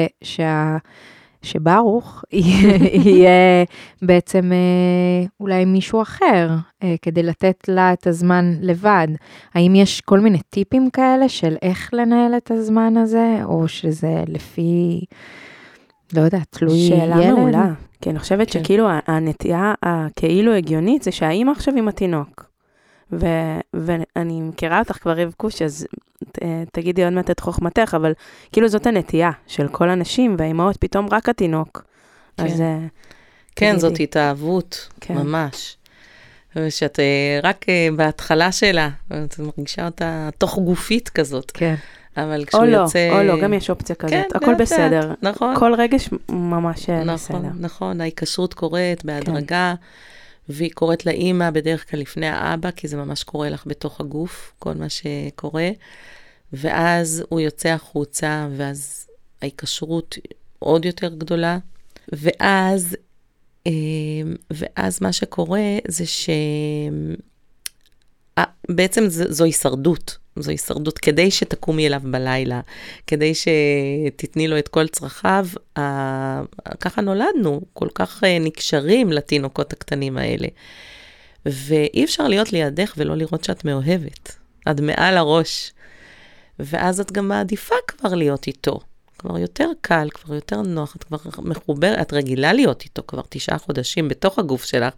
שברוך יהיה בעצם אולי מישהו אחר, כדי לתת לה את הזמן לבד. האם יש כל מיני טיפים כאלה של איך לנהל את הזמן הזה, או שזה לפי, לא יודעת, תלוי ילד? שאלה מעולה, כי אני חושבת שכאילו הנטייה הכאילו הגיונית, זה שהאימא עכשיו עם התינוק. ואני מכירה אותך כבר רבקוש, אז תגידי עוד מעט את חוכמתך, אבל כאילו זאת הנטייה של כל הנשים, והאימהות פתאום רק התינוק. כן, אז, כן, זאת התאהבות, כן. ממש. ושאת רק בהתחלה שלה, את מרגישה אותה תוך גופית כזאת. כן. אבל כשהוא יוצא... או לא, גם יש אופציה כזאת. כן, הכל לאט, בסדר. נכון. כל רגש ממש בסדר. נכון, נכון. ההיקשרות קורית בהדרגה, והיא קורית לאמא בדרך כלל לפני האבא, כי זה ממש קורה לך בתוך הגוף, כל מה שקורה. ואז הוא יוצא החוצה, ואז ההיקשרות עוד יותר גדולה. ואז מה שקורה זה בעצם זו הישרדות. זו הישרדות כדי שתקומי אליו בלילה, כדי שתתני לו את כל צרכיו. ככה נולדנו, כל כך נקשרים לתינוקות הקטנים האלה. ואי אפשר להיות לידך ולא לראות שאת מאוהבת. עד מעל הראש. ואז את גם מעדיפה כבר להיות איתו. כבר יותר קל, כבר יותר נוח, את כבר מחוברת, את רגילה להיות איתו כבר 9 חודשים בתוך הגוף שלך.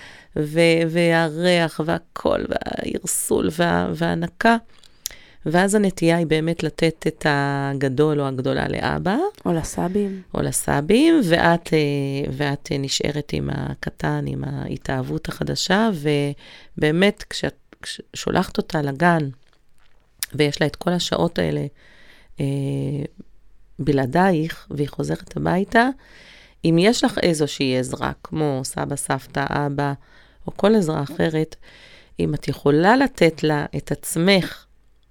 והריח והכל, והירסול והענקה. ואז הנטייה היא באמת לתת את הגדול או הגדולה לאבא. או לסבים. או לסבים, ואת נשארת עם הקטן, עם ההתאהבות החדשה, ובאמת כשאת שולחת אותה לגן, ויש לה את כל השעות האלה בלעדייך, והיא חוזרת הביתה, אם יש לך איזושהי עזרה, כמו סבא, סבתא, אבא, או כל עזרה אחרת, אם את יכולה לתת לה את עצמך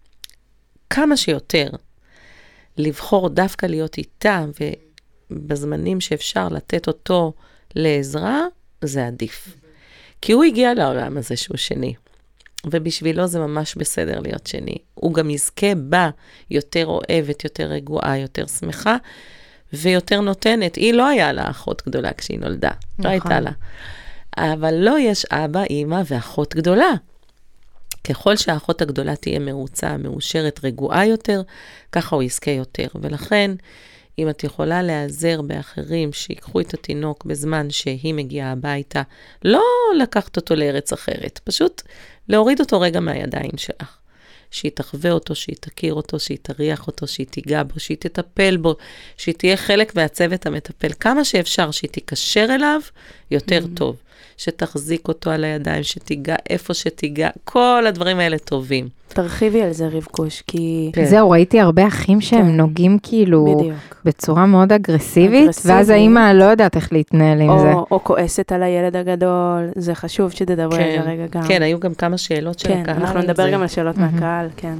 כמה שיותר, לבחור דווקא להיות איתה, ובזמנים שאפשר לתת אותו לעזרה, זה עדיף. כי הוא הגיע לעולם הזה שהוא שני, ובשבילו זה ממש בסדר להיות שני. הוא גם יזכה בה יותר אוהבת, יותר רגועה, יותר שמחה, ויותר נותנת. היא לא היה לה אחות גדולה כשהיא נולדה. נכון. לא הייתה לה. אבל לא יש אבא, אמא ואחות גדולה. ככל שהאחות הגדולה תהיה מרוצה, מאושרת, רגועה יותר, ככה הוא יזכה יותר. ולכן, אם את יכולה להיעזר באחרים שיקחו את התינוק בזמן שהיא מגיעה הביתה, לא לקחת אותו לארץ אחרת, פשוט להוריד אותו רגע מהידיים שלך. שהיא תחווה אותו, שהיא תכיר אותו, שהיא תריח אותו, שהיא תיגע בו, שהיא תטפל בו, שהיא תהיה חלק מהצוות המטפל. כמה שאפשר שהיא תיקשר אליו, יותר טוב. שתחזיק אותו על הידיים, שתיגע איפה שתיגע, כל הדברים האלה טובים. תרחיבי על זה רבקוש, כי... זהו, ראיתי הרבה אחים שהם נוגעים כאילו בצורה מאוד אגרסיבית, ואז האמא לא יודעת איך להתנהל עם זה. או כועסת על הילד הגדול, זה חשוב שתדברי על זה רגע גם. כן, היו גם כמה שאלות של הקהל. כן, אנחנו נדבר גם על שאלות מהקהל, כן.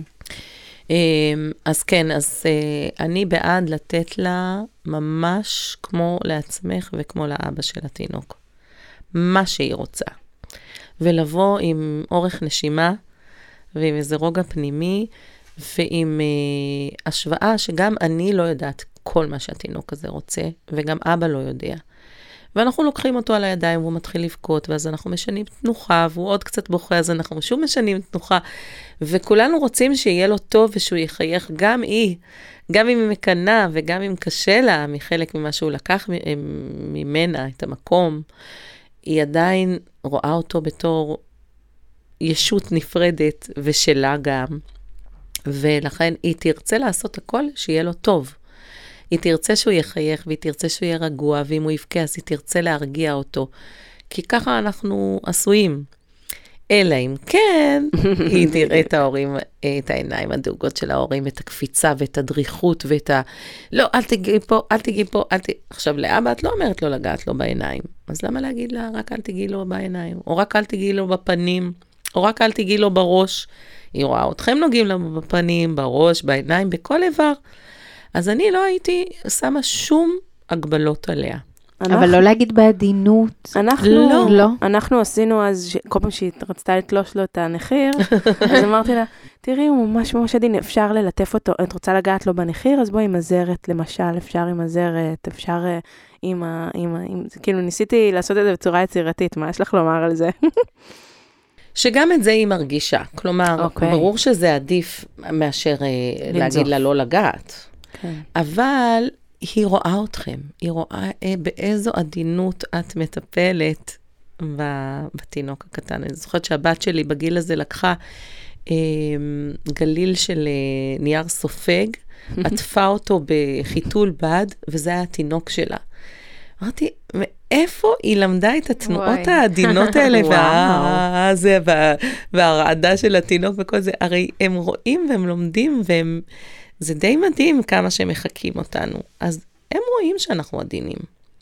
אז כן, אז אני בעד לתת לה ממש כמו לעצמך וכמו לאבא של התינוק. מה שהיא רוצה. ולבוא עם אורך נשימה, ועם איזה רוגע פנימי, ועם השוואה שגם אני לא יודעת כל מה שהתינוק הזה רוצה, וגם אבא לא יודע. ואנחנו לוקחים אותו על הידיים, והוא מתחיל לבכות, ואז אנחנו משנים תנוחה, והוא עוד קצת בוכה, אז אנחנו שוב משנים תנוחה, וכולנו רוצים שיהיה לו טוב, ושהוא יחייך גם היא, גם אם היא מקנה, וגם אם קשה לה, מחלק ממה שהוא לקח ממנה, את המקום, היא עדיין רואה אותו בתור ישות נפרדת ושלה גם, ולכן היא תרצה לעשות הכל שיהיה לו טוב. היא תרצה שהוא יחייך, והיא תרצה שהוא יהיה רגוע, ואם הוא יבכה, אז היא תרצה להרגיע אותו. כי ככה אנחנו עשויים. אלא אם כן, היא תראה את ההורים, את העיניים הדאוגות של ההורים, את הקפיצה ואת הדריכות ואת לא, אל תגיעי פה, אל תגיעי פה, עכשיו, לאבא את לא אומרת לו לגעת לו בעיניים. אז למה להגיד לה, רק אל תגיעי לו בעיניים? או רק אל תגיעי לו בפנים? או רק אל תגיעי לו בראש? היא רואה אתכם נוגעים לו בפנים, בראש, בעיניים, בכל איבר. אז אני לא הייתי שמה שום הגבלות עליה. אבל לא להגיד בעדינות. אנחנו עשינו אז, כל פעם שהיא רצתה לתלוש לו את הנחיר, אז אמרתי לה, תראי, הוא ממש ממש עדין, אפשר ללטף אותו, את רוצה לגעת לו בנחיר, אז בואי עם הזרת, למשל, אפשר עם הזרת, אפשר עם כאילו ניסיתי לעשות את זה בצורה יצירתית, מה יש לך לומר על זה? שגם את זה היא מרגישה, כלומר, ברור שזה עדיף מאשר להגיד לה לא לגעת, אבל היא רואה אתכם, היא רואה באיזו עדינות את מטפלת בתינוק הקטן. אני זוכרת שהבת שלי בגיל הזה לקחה גליל של נייר סופג, עטפה אותו בחיתול בד, וזה היה התינוק שלה. אמרתי, מאיפה היא למדה את התנועות העדינות האלה, והרעדה של התינוק וכל זה? הרי הם רואים והם לומדים והם... זה די מדהים כמה שהם מחכים אותנו. אז הם רואים שאנחנו עדינים.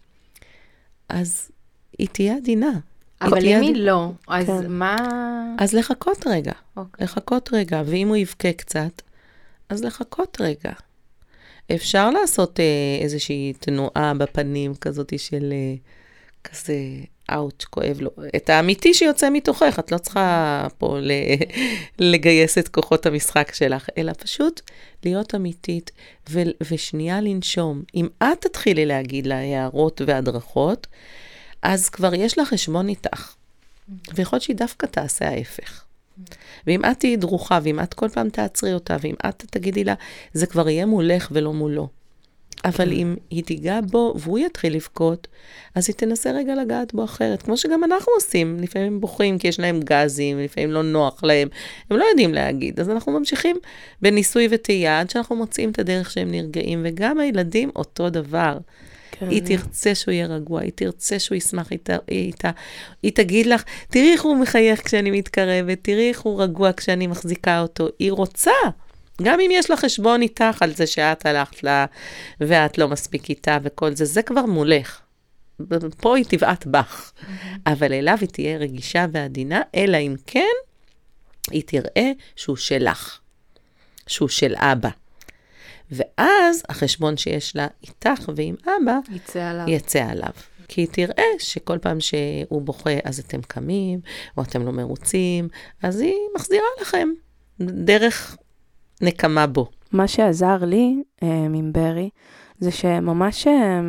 אז היא תהיה עדינה. אבל אם היא לא, אז מה... אז לחכות רגע. לחכות רגע. ואם הוא יבכה קצת, אז לחכות רגע. אפשר לעשות איזושהי תנועה בפנים כזאת של כזה אאוץ', כואב לו. את האמיתי שיוצא מתוכך, את לא צריכה פה לגייס את כוחות המשחק שלך, אלא פשוט להיות אמיתית ושנייה לנשום. אם את תתחילי להגיד לה הערות והדרכות, אז כבר יש לה חשבון איתך. ויכול להיות שהיא דווקא תעשה ההפך. ואם את תהיי דרוכה, ואם את כל פעם תעצרי אותה, ואם את תגידי לה, זה כבר יהיה מולך ולא מולו. אבל אם היא תיגע בו, והוא יתחיל לבכות, אז היא תנסה רגע לגעת בו אחרת. כמו שגם אנחנו עושים, לפעמים הם בוכים כי יש להם גזים, לפעמים לא נוח להם, הם לא יודעים להגיד. אז אנחנו ממשיכים בניסוי וטעייה, עד שאנחנו מוצאים את הדרך שהם נרגעים, וגם הילדים אותו דבר. היא תרצה שהוא יהיה רגוע, היא תרצה שהוא ישמח איתה, היא תגיד לך, תראי איך הוא מחייך כשאני מתקרבת, תראי איך הוא רגוע כשאני מחזיקה אותו, היא רוצה, גם אם יש לה חשבון איתך על זה שאת הלכת לה, ואת לא מספיק איתה וכל זה, זה כבר מולך, פה היא תבעת בך, אבל אליו היא תהיה רגישה ועדינה, אלא אם כן, היא תראה שהוא שלך, שהוא של אבא. ואז החשבון שיש לה איתך ועם אבא, יצא עליו. כי היא תראה שכל פעם שהוא בוכה, אז אתם קמים, או אתם לא מרוצים, אז היא מחזירה לכם דרך נקמה בו. מה שעזר לי עם ברי, זה שממש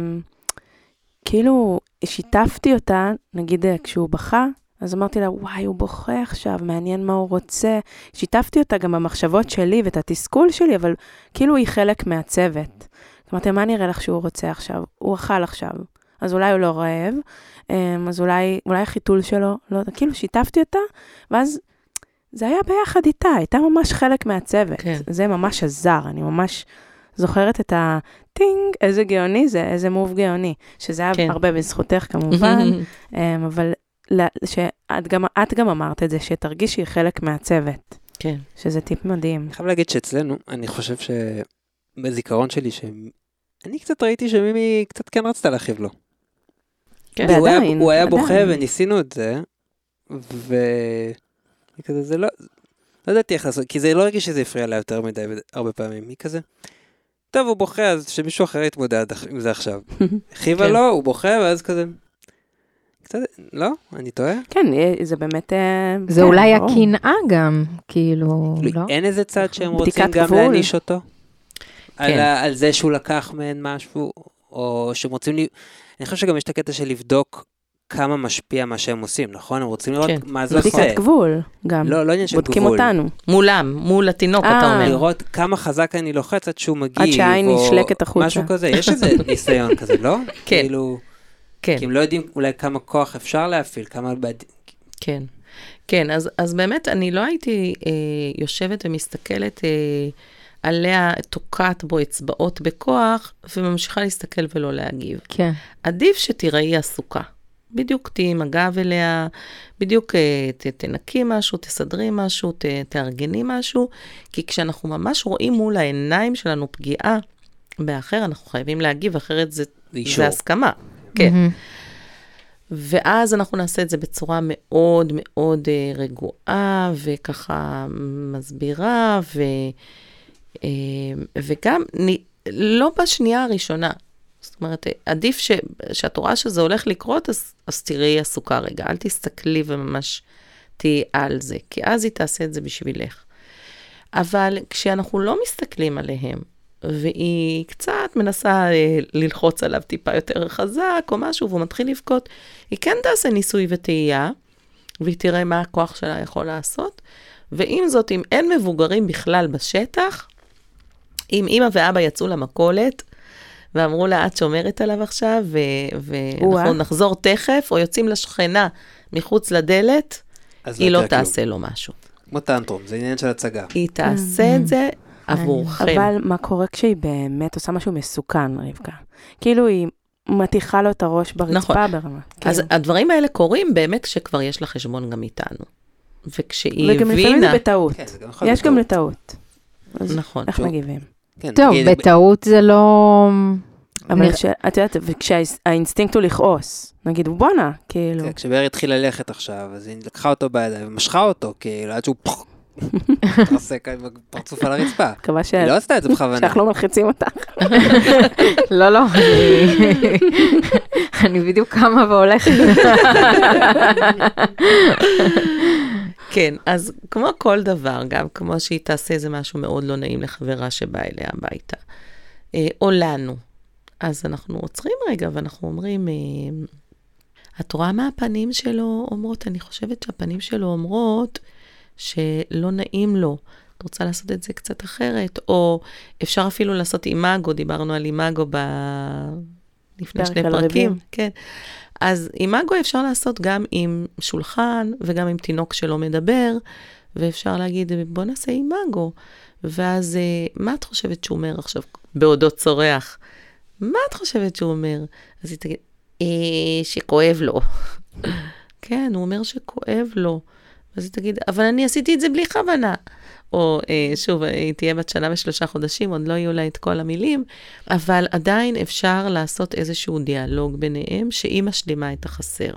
כאילו שיתפתי אותה, נגיד כשהוא בכה, אז אמרתי לה, וואי, הוא בוכה עכשיו, מעניין מה הוא רוצה. שיתפתי אותה גם במחשבות שלי ואת התסכול שלי, אבל כאילו היא חלק מהצוות. אמרתי, מה נראה לך שהוא רוצה עכשיו? הוא אכל עכשיו. אז אולי הוא לא רעב, אז אולי החיתול שלו, לא, כאילו שיתפתי אותה, ואז זה היה ביחד איתה, הייתה ממש חלק מהצוות. כן. זה ממש עזר, אני ממש זוכרת את הטינג, איזה גאוני זה, איזה מוב גאוני, שזה היה כן. הרבה בזכותך כמובן, אבל שאת גם אמרת את זה, שתרגישי חלק מהצוות. כן. שזה טיפ מדהים. אני חייב להגיד שאצלנו, אני חושב שבזיכרון שלי, אני קצת ראיתי שמימי קצת כן רצתה להכיב לו. כן. ועדיין. הוא היה בוכה וניסינו את זה, וכזה זה לא ידעתי איך לעשות, כי זה לא הרגיש שזה הפריע לה יותר מדי הרבה פעמים. היא כזה, טוב, הוא בוכה, אז שמישהו אחר יתמודד עם זה עכשיו. הכיבה לו, הוא בוכה, ואז כזה... קצת, לא? אני טועה? כן, זה באמת... זה אולי הקנאה גם, כאילו, לא? אין איזה צד שהם רוצים גם להניש אותו? על זה שהוא לקח מהן משהו, או שהם רוצים... אני חושב שגם יש את הקטע של לבדוק כמה משפיע מה שהם עושים, נכון? הם רוצים לראות מה זה עושה. בדיקת גבול, גם. לא עניין של גבול. בודקים אותנו. מולם, מול התינוק, אתה אומר. לראות כמה חזק אני לוחץ עד שהוא מגיב, עד שהעין נשלקת החוצה. משהו כזה. יש איזה ניסיון כזה, לא? כן. כאילו... כן. כי הם לא יודעים אולי כמה כוח אפשר להפעיל, כמה... כן. כן, אז באמת אני לא הייתי יושבת ומסתכלת עליה, תוקעת בו אצבעות בכוח, וממשיכה להסתכל ולא להגיב. כן. עדיף שתיראי עסוקה. בדיוק תהי עם הגב אליה, בדיוק תנקי משהו, תסדרי משהו, תארגני משהו, כי כשאנחנו ממש רואים מול העיניים שלנו פגיעה באחר, אנחנו חייבים להגיב, אחרת זה הסכמה. כן. ואז אנחנו נעשה את זה בצורה מאוד מאוד רגועה, וככה מסבירה, וגם לא בשנייה הראשונה. זאת אומרת, עדיף שאת רואה שזה הולך לקרות, אז תראי עסוקה רגע, אל תסתכלי וממש תהי על זה, כי אז היא תעשה את זה בשבילך. אבל כשאנחנו לא מסתכלים עליהם, והיא קצת מנסה ללחוץ עליו טיפה יותר חזק או משהו, והוא מתחיל לבכות, היא כן תעשה ניסוי וטעייה, והיא תראה מה הכוח שלה יכול לעשות, ועם זאת, אם אין מבוגרים בכלל בשטח, אם אמא ואבא יצאו למכולת, ואמרו לה, את שומרת עליו עכשיו, ואנחנו נחזור תכף, או יוצאים לשכנה מחוץ לדלת, היא לא תעשה לו משהו. כמו טנטרום, זה עניין של הצגה. היא תעשה את זה עבורכם. אבל מה קורה כשהיא באמת עושה משהו מסוכן, רבקה? כאילו היא מתיחה לו את הראש ברצפה ברמה. אז הדברים האלה קורים באמת כשכבר יש לה חשבון גם איתנו. וכשהיא הבינה... וגם לפעמים זה בטעות. יש גם לטעות. נכון. איך מגיבים? טוב, בטעות זה לא... אבל את יודעת, וכשהאינסטינקט הוא לכעוס, נגיד, בונה, כאילו. כשבאר התחיל ללכת עכשיו, אז היא לקחה אותו בידיים ומשכה אותו, כאילו, עד שהוא תרסק עם פרצוף על הרצפה. היא לא עשתה את זה בכוונה. שאנחנו מלחיצים אותך. לא, אני בדיוק קמה והולכת. כן, אז כמו כל דבר, גם כמו שהיא תעשה איזה משהו מאוד לא נעים לחברה שבאה אליה הביתה, או לנו. אז אנחנו עוצרים רגע, ואנחנו אומרים, את רואה מה הפנים שלו אומרות? אני חושבת שהפנים שלו אומרות שלא נעים לו. את רוצה לעשות את זה קצת אחרת? או אפשר אפילו לעשות אימאגו, דיברנו על אימאגו לפני שני פרקים. כן. אז אימאגו אפשר לעשות גם עם שולחן, וגם עם תינוק שלא מדבר, ואפשר להגיד, בוא נעשה אימאגו. ואז, מה את חושבת שהוא אומר עכשיו, בעודו צורח? מה את חושבת שהוא אומר? אז היא תגיד, שכואב לו. כן, הוא אומר שכואב לו. אז היא תגיד, אבל אני עשיתי את זה בלי כוונה. או שוב, היא תהיה בת 1 ו3 חודשים, עוד לא יהיו לה את כל המילים, אבל עדיין אפשר לעשות איזשהו דיאלוג ביניהם, שהיא משלימה את החסר.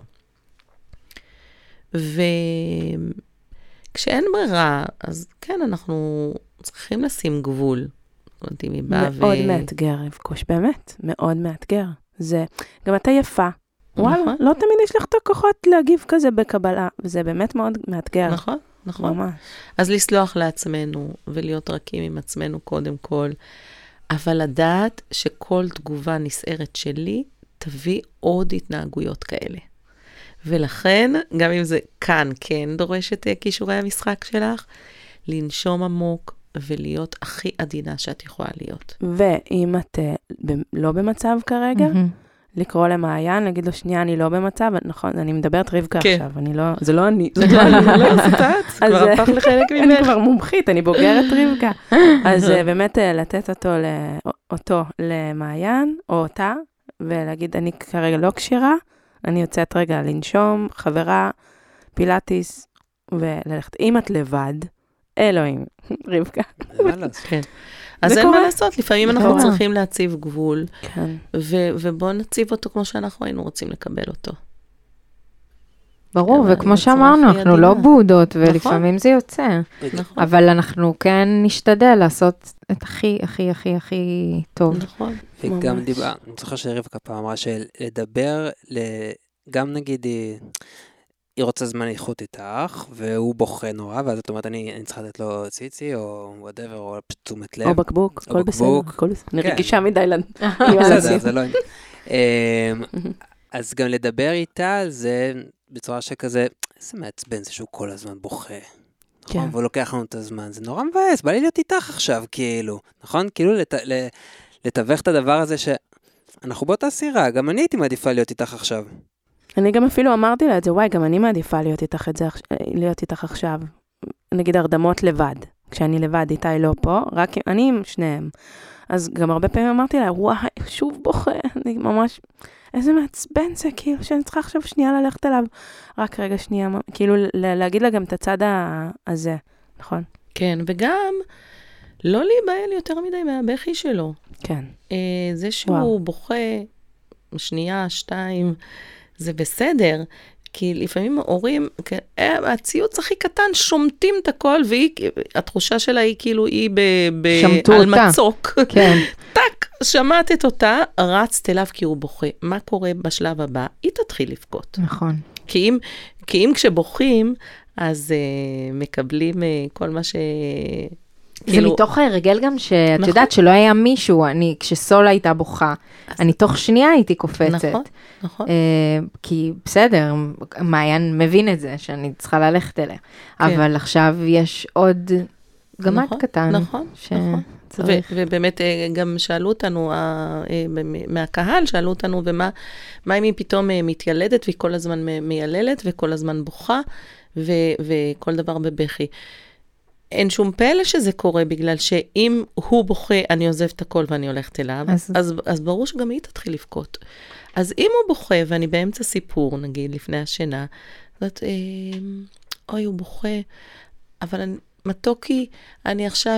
וכשאין ברירה, אז כן, אנחנו צריכים לשים גבול. מאוד מאתגר, רבקוש, באמת, מאוד מאתגר. זה, גם אתה יפה. וואלה, לא תמיד יש לך את הכוחות להגיב כזה בקבלה, וזה באמת מאוד מאתגר. נכון, נכון. ממש. אז לסלוח לעצמנו, ולהיות רכים עם עצמנו קודם כל, אבל לדעת שכל תגובה נסערת שלי, תביא עוד התנהגויות כאלה. ולכן, גם אם זה כאן כן דורש את כישורי המשחק שלך, לנשום עמוק, ולהיות הכי עדינה שאת יכולה להיות. ואם את לא במצב כרגע, לקרוא למעיין, להגיד לו, שנייה, אני לא במצב, נכון, אני מדברת רבקה עכשיו, אני לא, זה לא אני. זה לא סטאט, כבר הפך לחלק ממך. אני כבר מומחית, אני בוגרת רבקה. אז באמת לתת אותו למעיין, או אותה, ולהגיד, אני כרגע לא קשירה, אני יוצאת רגע לנשום, חברה, פילאטיס, וללכת. אם את לבד, אלוהים, רבקה. אז אין מה לעשות, לפעמים אנחנו צריכים להציב גבול, ובואו נציב אותו כמו שאנחנו היינו רוצים לקבל אותו. ברור, וכמו שאמרנו, אנחנו לא בודות, ולפעמים זה יוצא. אבל אנחנו כן נשתדל לעשות את הכי, הכי, הכי, הכי טוב. נכון. וגם דיבר, אני זוכר שרבקה פעם אמרה שלדבר, גם נגיד, היא רוצה זמן איכות איתך, והוא בוכה נורא, ואז את אומרת, אני צריכה לתת לו ציצי, או whatever, או תשומת לב. או בקבוק, הכל בסדר. אני רגישה מדי בסדר, זה לא... אז גם לדבר איתה על זה, בצורה שכזה, איזה מעצבן זה שהוא כל הזמן בוכה. נכון? והוא לוקח לנו את הזמן, זה נורא מבאס, בא לי להיות איתך עכשיו, כאילו. נכון? כאילו לתווך את הדבר הזה שאנחנו באותה סירה, גם אני הייתי מעדיפה להיות איתך עכשיו. אני גם אפילו אמרתי לה את זה, וואי, גם אני מעדיפה להיות איתך עכשיו. נגיד הרדמות לבד. כשאני לבד, איתי לא פה, רק אני עם שניהם. אז גם הרבה פעמים אמרתי לה, וואי, שוב בוכה, אני ממש, איזה מעצבן זה, כאילו, שאני צריכה עכשיו שנייה ללכת אליו. רק רגע שנייה, כאילו, להגיד לה גם את הצד הזה, נכון? כן, וגם לא להיבהל יותר מדי מהבכי שלו. כן. זה שהוא בוכה, שנייה, 2, זה בסדר. כי לפעמים ההורים, הציוץ הכי קטן, שומטים את הכל, והתחושה שלה היא כאילו, היא על מצוק. כן. טק, שמעת אותה, רצת אליו כי הוא בוכה. מה קורה בשלב הבא? היא תתחיל לבכות. נכון. כי אם כשבוכים, אז מקבלים כל מה ש... זה מתוך הרגל גם שאת יודעת שלא היה מישהו, כשסולה הייתה בוכה, אני תוך שנייה הייתי קופצת. נכון, נכון. כי בסדר, מעיין מבין את זה, שאני צריכה ללכת אליה. אבל עכשיו יש עוד גמד קטן. נכון, נכון. ובאמת גם שאלו אותנו, מהקהל שאלו אותנו, ומה אם היא פתאום מתיילדת, והיא כל הזמן מייללת, וכל הזמן בוכה, וכל דבר בבכי. אין שום פלא שזה קורה, בגלל שאם הוא בוכה, אני עוזב את הכל ואני הולכת אליו, אז ברור שגם היא תתחיל לבכות. אז אם הוא בוכה, ואני באמצע סיפור, נגיד, לפני השינה, זאת, אוי, הוא בוכה, אבל מתוקי, אני עכשיו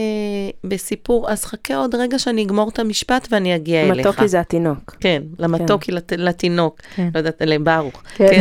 בסיפור, אז חכה עוד רגע שאני אגמור את המשפט ואני אגיע אליך. מתוקי זה התינוק. כן, למתוקי, לתינוק. לא יודעת, לברוך.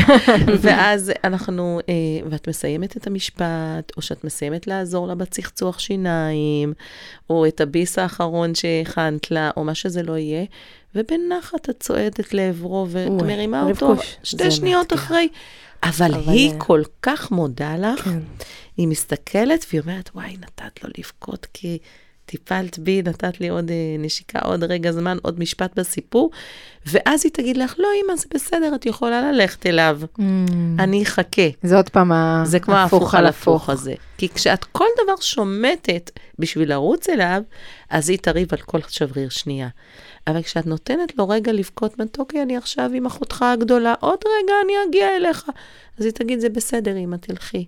ואז אנחנו, ואת מסיימת את המשפט, או שאת מסיימת לעזור לה בצחצוח שיניים, או את הביס האחרון שהכנת לה, או מה שזה לא יהיה, ובנחת את צועדת לעברו, ואת מרימה אותו 2 שניות אחרי. אבל היא כל כך מודה לך, היא מסתכלת והיא אומרת, וואי, נתת לו לבכות, כי טיפלת בי, נתת לי עוד נשיקה, עוד רגע זמן, עוד משפט בסיפור, ואז היא תגיד לך, לא, אמא, זה בסדר, את יכולה ללכת אליו, אני אחכה. זה עוד פעם זה כמו ההפוך על הפוך הזה. כי כשאת כל דבר שומטת בשביל לרוץ אליו, אז היא תריב על כל שבריר שנייה. אבל כשאת נותנת לו רגע לבכות, מתוקי, אני עכשיו עם אחותך הגדולה, עוד רגע אני אגיע אליך. אז היא תגיד, זה בסדר, אמא, תלכי.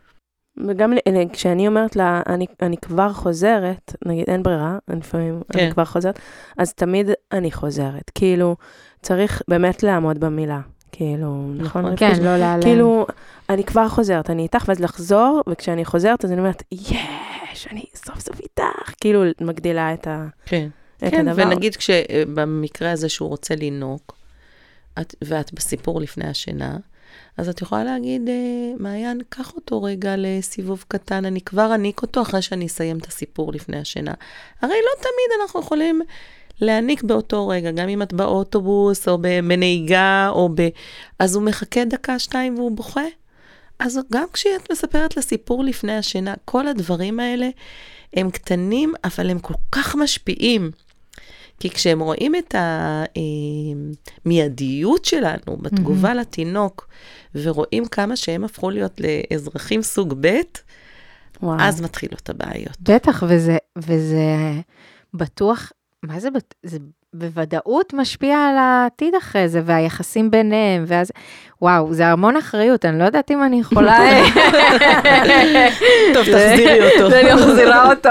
וגם כשאני אומרת לה, אני כבר חוזרת, נגיד, אין ברירה, לפעמים אני כבר חוזרת, אז תמיד אני חוזרת. כאילו, צריך באמת לעמוד במילה. כאילו, נכון? כן, לא להעלם. כאילו, אני כבר חוזרת, אני איתך, ואז לחזור, וכשאני חוזרת, אז אני אומרת, יש, אני סוף סוף איתך. כאילו, מגדילה את הדבר. כן, ונגיד כשבמקרה הזה שהוא רוצה לנוק, ואת בסיפור לפני השינה, אז את יכולה להגיד, מעיין, קח אותו רגע לסיבוב קטן, אני כבר אניק אותו אחרי שאני אסיים את הסיפור לפני השינה. הרי לא תמיד אנחנו יכולים להניק באותו רגע, גם אם את באוטובוס, או בנהיגה, אז הוא מחכה 1-2 והוא בוכה. אז גם כשאת מספרת לסיפור לפני השינה, כל הדברים האלה הם קטנים, אבל הם כל כך משפיעים. כי כשהם רואים את המיידיות שלנו בתגובה לתינוק, ורואים כמה שהם הפכו להיות לאזרחים סוג ב', אז מתחילות הבעיות. בטח, וזה בטוח, מה זה? זה בוודאות משפיע על העתיד אחרי זה, והיחסים ביניהם, ואז, וואו, זה המון אחריות, אני לא יודעת אם אני יכולה... טוב, תחזירי אותו. אני מחזירה אותו.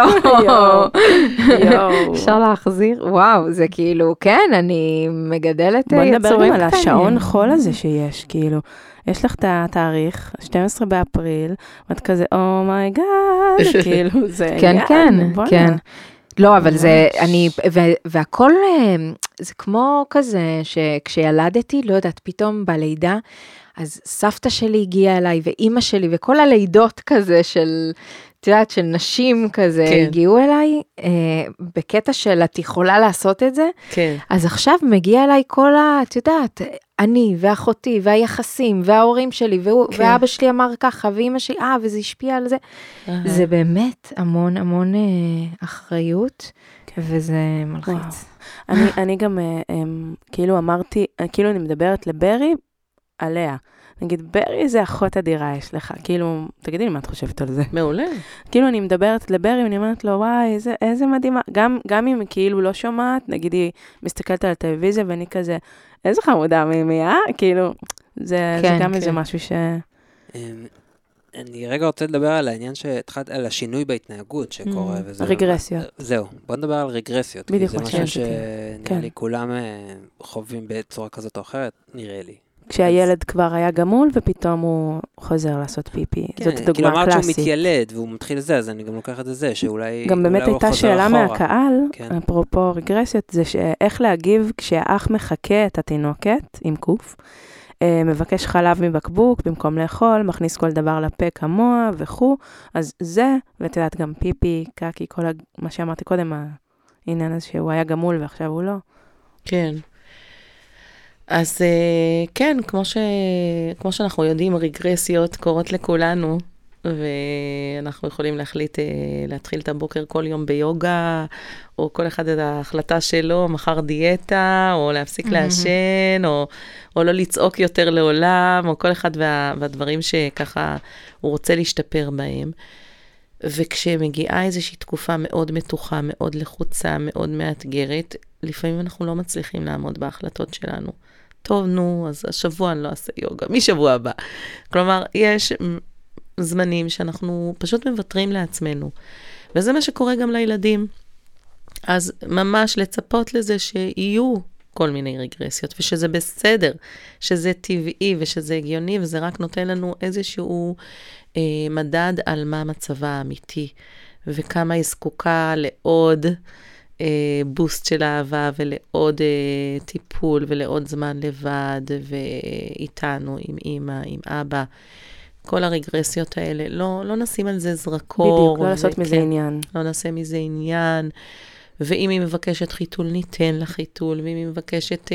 אפשר להחזיר? וואו, זה כאילו, כן, אני מגדלת יצורים קטנים. בוא נדבר גם על השעון חול הזה שיש, כאילו, יש לך את התאריך, 12 באפריל, ואת כזה, אומייגאד, כאילו, זה... כן, כן, כן. לא, אבל זה, והכל, זה כמו כזה, שכשילדתי, לא יודעת, פתאום בלידה, אז סבתא שלי הגיעה אליי, ואימא שלי, וכל הלידות כזה של, את יודעת, של נשים כזה, הגיעו אליי, בקטע של את יכולה לעשות את זה, אז עכשיו מגיע אליי כל את יודעת, אני ואחותי, והיחסים, וההורים שלי, ואבא שלי אמר ככה, ואימא שלי, וזה השפיע על זה. זה באמת המון המון אחריות, וזה מלחיץ. אני גם, כאילו אמרתי, כאילו אני מדברת לברי, עליה. נגיד, ברי זה אחות אדירה יש לך. כאילו, תגידי לי מה את חושבת על זה. מעולה. כאילו, אני מדברת לברי, ואני אומרת לו, וואי, איזה מדהימה. גם אם כאילו לא שומעת, נגיד, היא מסתכלת על הטלוויזיה, ואני כזה, איזה חמודה מימיה, כאילו, זה כן, גם כן. איזה משהו אני רגע רוצה לדבר על העניין על השינוי בהתנהגות שקורה. וזה- רגרסיות. זהו, בוא נדבר על רגרסיות. בדיוק כי מה זה משהו שרציתי. שנראה כן. לי כולם חווים בצורה כזאת או אחרת, נראה לי. כשהילד כבר היה גמול, ופתאום הוא חוזר לעשות פיפי. זאת כאילו דוגמה אמרת שהוא קלאסית. מתיילד והוא מתחיל לזה, אז אני גם לוקח את זה, שאולי גם באמת אולי הוא הייתה חוזר שאלה אחורה. מהקהל, כן. אפרופו רגרסיות, זה איך להגיב כשהאח מחכה את התינוקת, עם קוף, מבקש חלב מבקבוק במקום לאכול, מכניס כל דבר לפה כמוה וכו', אז זה, ואת יודעת גם פיפי, קקי, כל מה שאמרתי קודם, העניין הזה שהוא היה גמול ועכשיו הוא לא. כן. אז כן, כמו שאנחנו יודעים, רגרסיות קורות לכולנו, ואנחנו יכולים להחליט להתחיל את הבוקר כל יום ביוגה, או כל אחד את ההחלטה שלו, מחר דיאטה, או להפסיק לעשן, או לא לצעוק יותר לעולם, או כל אחד והדברים שככה הוא רוצה להשתפר בהם. וכשמגיעה איזושהי תקופה מאוד מתוחה, מאוד לחוצה, מאוד מאתגרת, לפעמים אנחנו לא מצליחים לעמוד בהחלטות שלנו. טוב, נו, אז השבוע אני לא אעשה יוגה, משבוע הבא. כלומר, יש זמנים שאנחנו פשוט מוותרים לעצמנו. וזה מה שקורה גם לילדים. אז ממש לצפות לזה שיהיו כל מיני רגרסיות, ושזה בסדר, שזה טבעי ושזה הגיוני, וזה רק נותן לנו איזשהו מדד על מה מצבה האמיתי, וכמה היא זקוקה לעוד בוסט של אהבה, ולעוד טיפול, ולעוד זמן לבד, ואיתנו, עם אמא, עם אבא. כל הרגרסיות האלה, לא נשים על זה זרקור. בדיוק, לא לעשות מזה עניין. לא נעשה מזה עניין. ואם היא מבקשת חיתול, ניתן לה חיתול, ואם היא מבקשת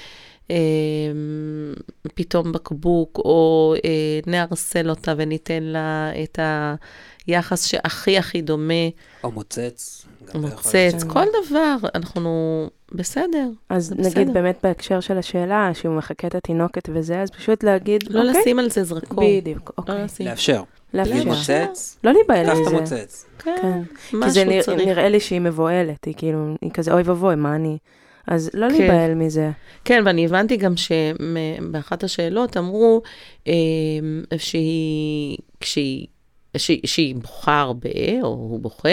פתאום בקבוק, או נארסל אותה וניתן לה את היחס שהכי הכי דומה. או מוצץ. מוצץ, כל דבר, אנחנו בסדר. אז נגיד באמת בהקשר של השאלה, שהוא מחכה את התינוקת וזה, אז פשוט להגיד, לא לשים על זה זרקור. בדיוק, אוקיי. לאפשר. לאפשר. מוצץ. לא להיבהל קח את מזה. המוצץ. כן. כי זה נראה לי שהיא מבועלת, היא כאילו, היא כזה אוי ובוי, מה אני? אז לא להיבהל מזה. כן, ואני הבנתי גם שבאחת השאלות אמרו שהיא בוכה הרבה, או הוא בוכה,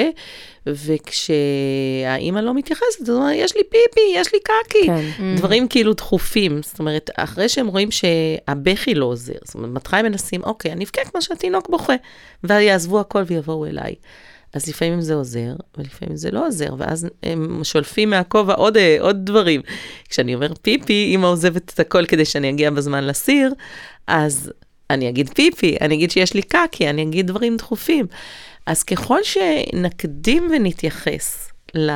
וכשהאימא לא מתייחסת, זאת אומרת, יש לי פיפי, יש לי קקי. כן. דברים כאילו דחופים. זאת אומרת, אחרי שהם רואים שהבכי לא עוזר, זאת אומרת, מתחילים מנסים, אוקיי, אני אבכה כמו שהתינוק בוכה, ויעזבו הכל ויבואו אליי. אז לפעמים זה עוזר, ולפעמים זה לא עוזר, ואז הם שולפים מהכובע עוד דברים. כשאני אומר פיפי, אמא עוזבת את הכל כדי שאני אגיע בזמן לסיר, אז אני אגיד פיפי, אני אגיד שיש לי קקי, אני אגיד דברים דחופים. אז ככל שנקדים ונתייחס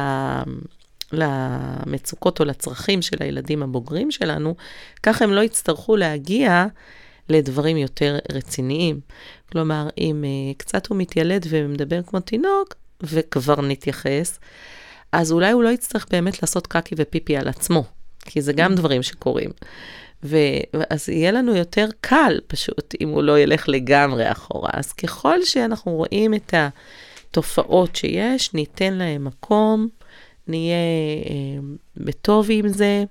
למצוקות או לצרכים של הילדים הבוגרים שלנו, כך הם לא יצטרכו להגיע לדברים יותר רציניים. כלומר, אם קצת הוא מתיילד ומדבר כמו תינוק, וכבר נתייחס, אז אולי הוא לא יצטרך באמת לעשות קקי ופיפי על עצמו, כי זה גם דברים שקורים. אז יהיה לנו יותר קל פשוט, אם הוא לא ילך לגמרי אחורה. אז ככל שאנחנו רואים את התופעות שיש, ניתן להם מקום, נהיה בטוב עם זה,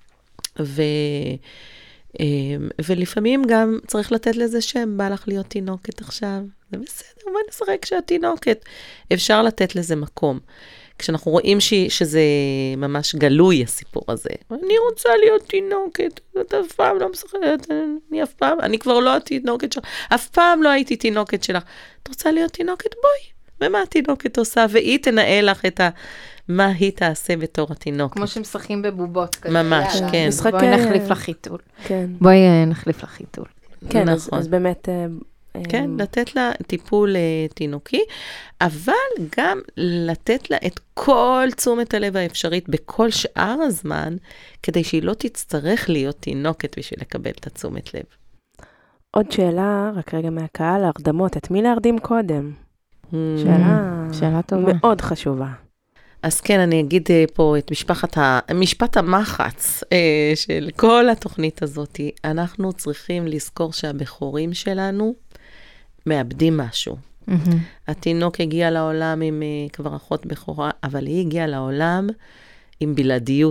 ולפעמים גם צריך לתת לזה שם, בא לך להיות תינוקת עכשיו, זה בסדר, בוא נשחק שהתינוקת. אפשר לתת לזה מקום. כשאנחנו רואים שזה ממש גלוי, הסיפור הזה. אני רוצה להיות תינוקת, את אף פעם לא משחקת, אני כבר לא התינוקת שלך, אף פעם לא הייתי תינוקת שלך. את רוצה להיות תינוקת? בואי. ומה התינוקת עושה? והיא תנהל לך מה היא תעשה בתור התינוקת. כמו שמשחקים בבובות כזה. ממש, כן. בואי נחליף לך חיתול. כן. בואי נחליף לך חיתול. כן, נכון. אז באמת... כן, לתת לה טיפול תינוקי, אבל גם לתת לה את כל תשומת הלב האפשרית בכל שאר הזמן, כדי שהיא לא תצטרך להיות תינוקת בשביל לקבל את התשומת לב. עוד שאלה, רק רגע מהקהל, הרדמות, את מי להרדים קודם? שאלה טובה. מאוד חשובה. אז כן, אני אגיד פה את משפט המחץ של כל התוכנית הזאת. אנחנו צריכים לזכור שהבחורים שלנו מאבדים משהו. התינוק הגיע לעולם עם כבר אחות בכורה, אבל היא הגיעה לעולם עם בלעדיות.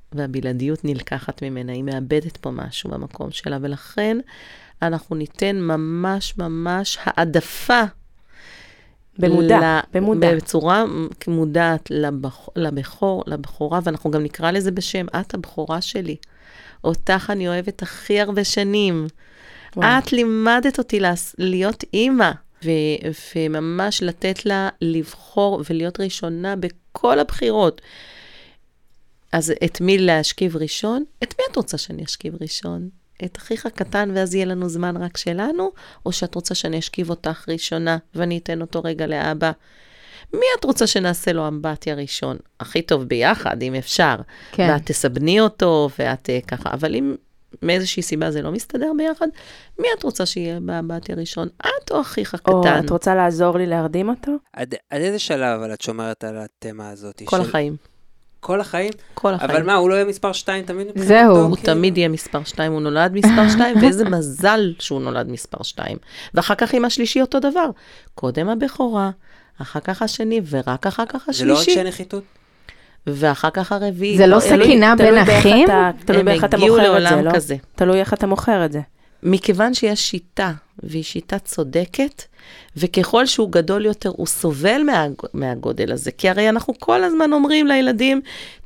והבלעדיות נלקחת ממנה, היא מאבדת פה משהו במקום שלה, ולכן אנחנו ניתן ממש ממש העדפה, במודע. בצורה מודעת לבחורה, ואנחנו גם נקרא לזה בשם, את הבחורה שלי. אותך אני אוהבת הכי הרבה שנים. את לימדת אותי להיות אימא, וממש לתת לה לבחור ולהיות ראשונה בכל הבחירות. אז את מי להשכיב ראשון? את מי את רוצה שאני אשכיב ראשון? את אחיך הקטן ואז יהיה לנו זמן רק שלנו, או שאת רוצה שאני אשכיב אותך ראשונה ואני אתן אותו רגע לאבא? מי את רוצה שנעשה לו אמבטיה ראשון? הכי טוב ביחד, אם אפשר. כן. ואת תסבני אותו, ואת ככה. אבל אם מאיזושהי סיבה זה לא מסתדר ביחד, מי את רוצה שיהיה באמבטיה ראשון? את או אחיך הקטן? או את רוצה לעזור לי להרדים אותו? עד איזה שלב אבל את שומרת על התמה הזאת? כל החיים. כל החיים? כל החיים. אבל מה, הוא לא יהיה מספר 2 תמיד? זהו. הוא תמיד יהיה מספר 2, הוא נולד מספר 2, ואיזה מזל שהוא נולד מספר 2. ואחר כך עם השלישי אותו דבר. קודם הבכורה, אחר כך השני, ורק אחר כך השלישי. זה לא רק שאין נחיתות? ואחר כך הרביעי. זה לא סכינה בין אחים? תלוי באיך אתה מוכר את זה, לא? כזה. תלוי איך אתה מוכר את זה. מכיוון שיש שיטה, והיא שיטה צודקת, וככל שהוא גדול יותר, הוא סובל מהגודל הזה. כי הרי אנחנו כל הזמן אומרים לילדים,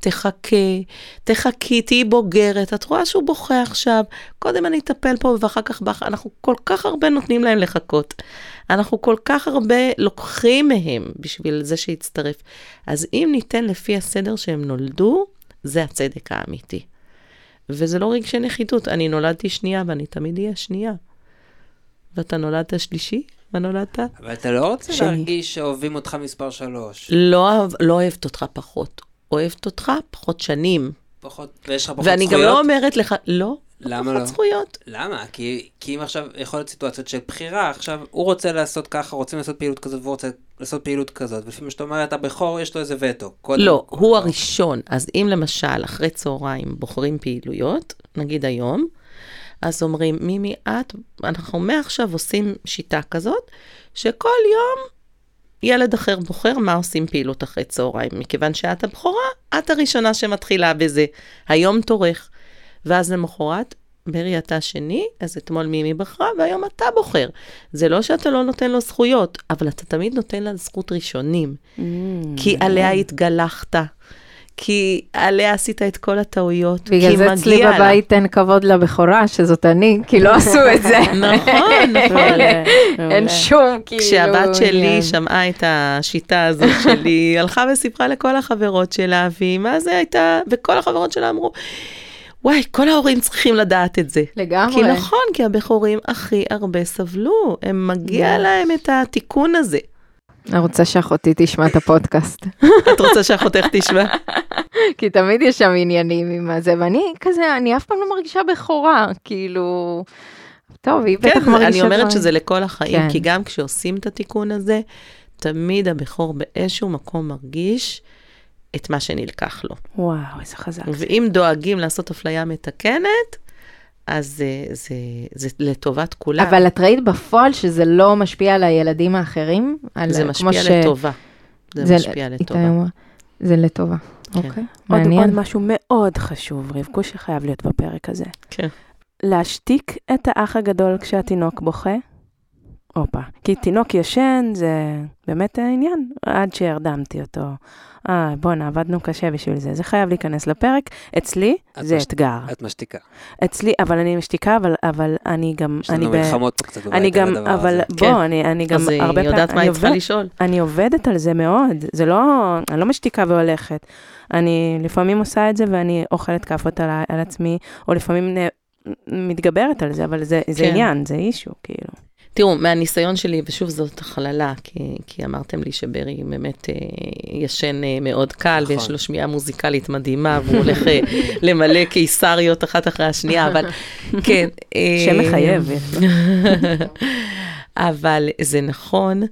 תחכי, תהי בוגרת, את רואה שהוא בוכה עכשיו, קודם אני אטפל פה, ואחר כך אנחנו כל כך הרבה נותנים להם לחכות. אנחנו כל כך הרבה לוקחים מהם בשביל זה שיצטרף. אז אם ניתן לפי הסדר שהם נולדו, זה הצדק האמיתי. וזה לא רגשי נחיתות. אני נולדתי שנייה, ואני תמיד אהיה שנייה. ואתה נולדת שלישי, ונולדת אבל אתה לא רוצה להרגיש שאוהבים אותך מספר 3. לא אוהבת אותך פחות. אוהבת אותך פחות שנים. ויש לך פחות זכויות? ואני גם לא אומרת לך, לא. למה לא? זכויות. למה? כי אם עכשיו יכול להיות סיטואציות של בחירה, עכשיו הוא רוצה לעשות ככה, רוצים לעשות פעילות כזאת, והוא רוצה לעשות פעילות כזאת, ולפעמים שאתה אומר, אתה בכור, יש לו איזה וטו. לא, הוא הראשון. אז אם למשל, אחרי צהריים בוחרים פעילויות, נגיד היום, אז אומרים, מימי, אנחנו מעכשיו עושים שיטה כזאת, שכל יום ילד אחר בוחר מה עושים פעילות אחרי צהריים. מכיוון שאת הבחורה, את הראשונה שמתחילה בזה. היום תורך. ואז למחרת, ברי אתה שני, אז אתמול מימי בחרה, והיום אתה בוחר. זה לא שאתה לא נותן לו זכויות, אבל אתה תמיד נותן לה זכות ראשונים. כי עליה התגלחת. כי עליה עשית את כל הטעויות. בגלל זה אצלי בבית אין כבוד לבחורה, שזאת אני, כי לא עשו את זה. נכון. אין שום, כאילו. כשהבת שלי שמעה את השיטה הזאת שלי, הלכה וסיפרה לכל החברות שלה, והיא מה זה הייתה, וכל החברות שלה אמרו, וואי, כל ההורים צריכים לדעת את זה. לגמרי. כי נכון, כי הבחורים הכי הרבה סבלו, הם מגיע להם את התיקון הזה. אני רוצה שאחותי תשמע את הפודקאסט. את רוצה שאחותך תשמע? כי תמיד יש שם עניינים עם זה, ואני כזה, אני אף פעם לא מרגישה בכורה, כאילו, טוב, היא בטח מרגישה... אני אומרת שזה לכל החיים, כי גם כשעושים את התיקון הזה, תמיד הבחור באיזשהו מקום מרגיש את מה שנלקח לו. וואו, איזה חזק. ואם דואגים לעשות אפליה מתקנת, אז זה לטובת כולם. אבל את ראית בפועל שזה לא משפיע על הילדים האחרים? זה משפיע לטובה. זה משפיע לטובה. זה לטובה. אוקיי, מעניין. עוד משהו מאוד חשוב, רבקו, שחייב להיות בפרק הזה. כן. להשתיק את האח הגדול כשהתינוק בוכה. אופה. כי תינוק ישן זה באמת העניין, עד שהרדמתי אותו. בוא'נה, עבדנו קשה בשביל זה. זה חייב להיכנס לפרק. אצלי זה אתגר. את משתיקה. אצלי, אבל אני משתיקה, אבל אני גם... יש לנו מלחמות פה קצת בבית על הדבר הזה. אבל בוא, אני גם הרבה פעמים... אז היא יודעת מה היא צריכה לשאול. אני עובדת על זה מאוד. זה לא... אני לא משתיקה והולכת. אני לפעמים עושה את זה, ואני אוכלת כפות על עצמי, או לפעמים מתגברת על זה, אבל זה עניין, זה אישו, כאילו. תראו, מהניסיון שלי, ושוב זאת החללה, כי אמרתם לי שברי באמת ישן מאוד קל, ויש לו שמיעה מוזיקלית מדהימה, והוא הולך למלא קיסריות אחת אחרי השנייה, אבל כן. שמחייב. אבל זה נכון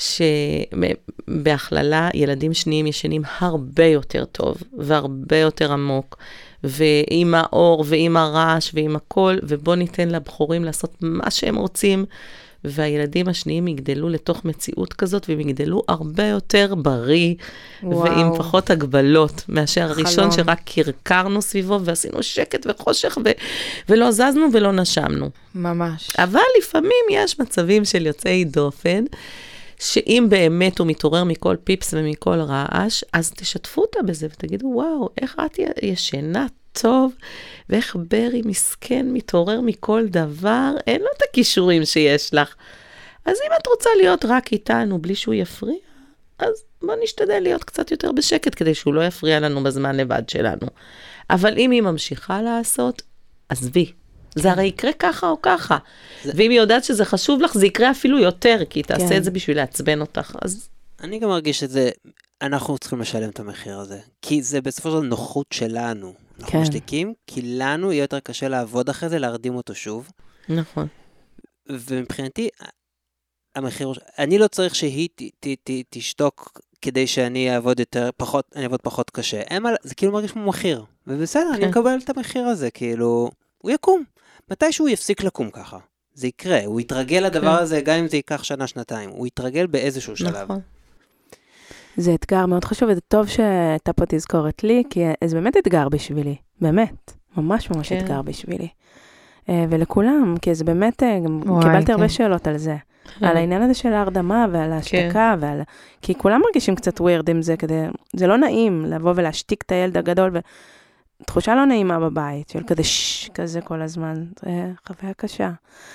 שבהכללה ילדים שניים ישנים הרבה יותר טוב, והרבה יותר עמוק, ועם האור, ועם הרעש, ועם הכל, ובוא ניתן לבחורים לעשות מה שהם רוצים, והילדים השניים יגדלו לתוך מציאות כזאת, והם יגדלו הרבה יותר בריא, ועם פחות הגבלות, מאשר הראשון שרק קרקרנו סביבו, ועשינו שקט וחושך, ולא זזנו ולא נשמנו. ממש. אבל לפעמים יש מצבים של יוצאי דופן, שאם באמת הוא מתעורר מכל פיפס ומכל רעש, אז תשתפו אותה בזה, ותגידו, וואו, איך את ישנה טוב, ואיך ברי מסכן מתעורר מכל דבר, אין לו את הכישורים שיש לך. אז אם את רוצה להיות רק איתנו, בלי שהוא יפריע, אז בוא נשתדל להיות קצת יותר בשקט, כדי שהוא לא יפריע לנו בזמן לבד שלנו. אבל אם היא ממשיכה לעשות, עזבי. זה הרי יקרה ככה או ככה. ואם היא יודעת שזה חשוב לך, זה יקרה אפילו יותר, כי היא תעשה את זה בשביל לעצבן אותך. אז אני גם מרגיש שזה, אנחנו צריכים לשלם את המחיר הזה. כי זה בסופו של דבר נוחות שלנו. אנחנו משתיקים, כי לנו יהיה יותר קשה לעבוד אחרי זה, להרדים אותו שוב. נכון. ומבחינתי, המחיר, אני לא צריך שהיא תשתוק כדי שאני אעבוד פחות קשה. זה כאילו מרגיש כמו מחיר. ובסדר, אני מקבל את המחיר הזה, כאילו, הוא יקום. מתי שהוא יפסיק לקום ככה? זה יקרה, הוא יתרגל לדבר הזה, גם אם זה ייקח שנה, שנתיים. הוא יתרגל באיזשהו שלב. נכון. זה אתגר מאוד חשוב, וזה טוב שאתה פה תזכורת לי, כי זה באמת אתגר בשבילי. באמת. ממש ממש אתגר בשבילי. ולכולם, כי זה באמת, קיבלתי הרבה שאלות על זה. על העניין הזה של ההרדמה ועל ההשתקה, כי כולם מרגישים קצת ווירד עם זה, זה לא נעים לבוא ולהשתיק את הילד הגדול, ותחושה לא נעימה בבית, של כזה כל הזמן. זה חוויה קשה.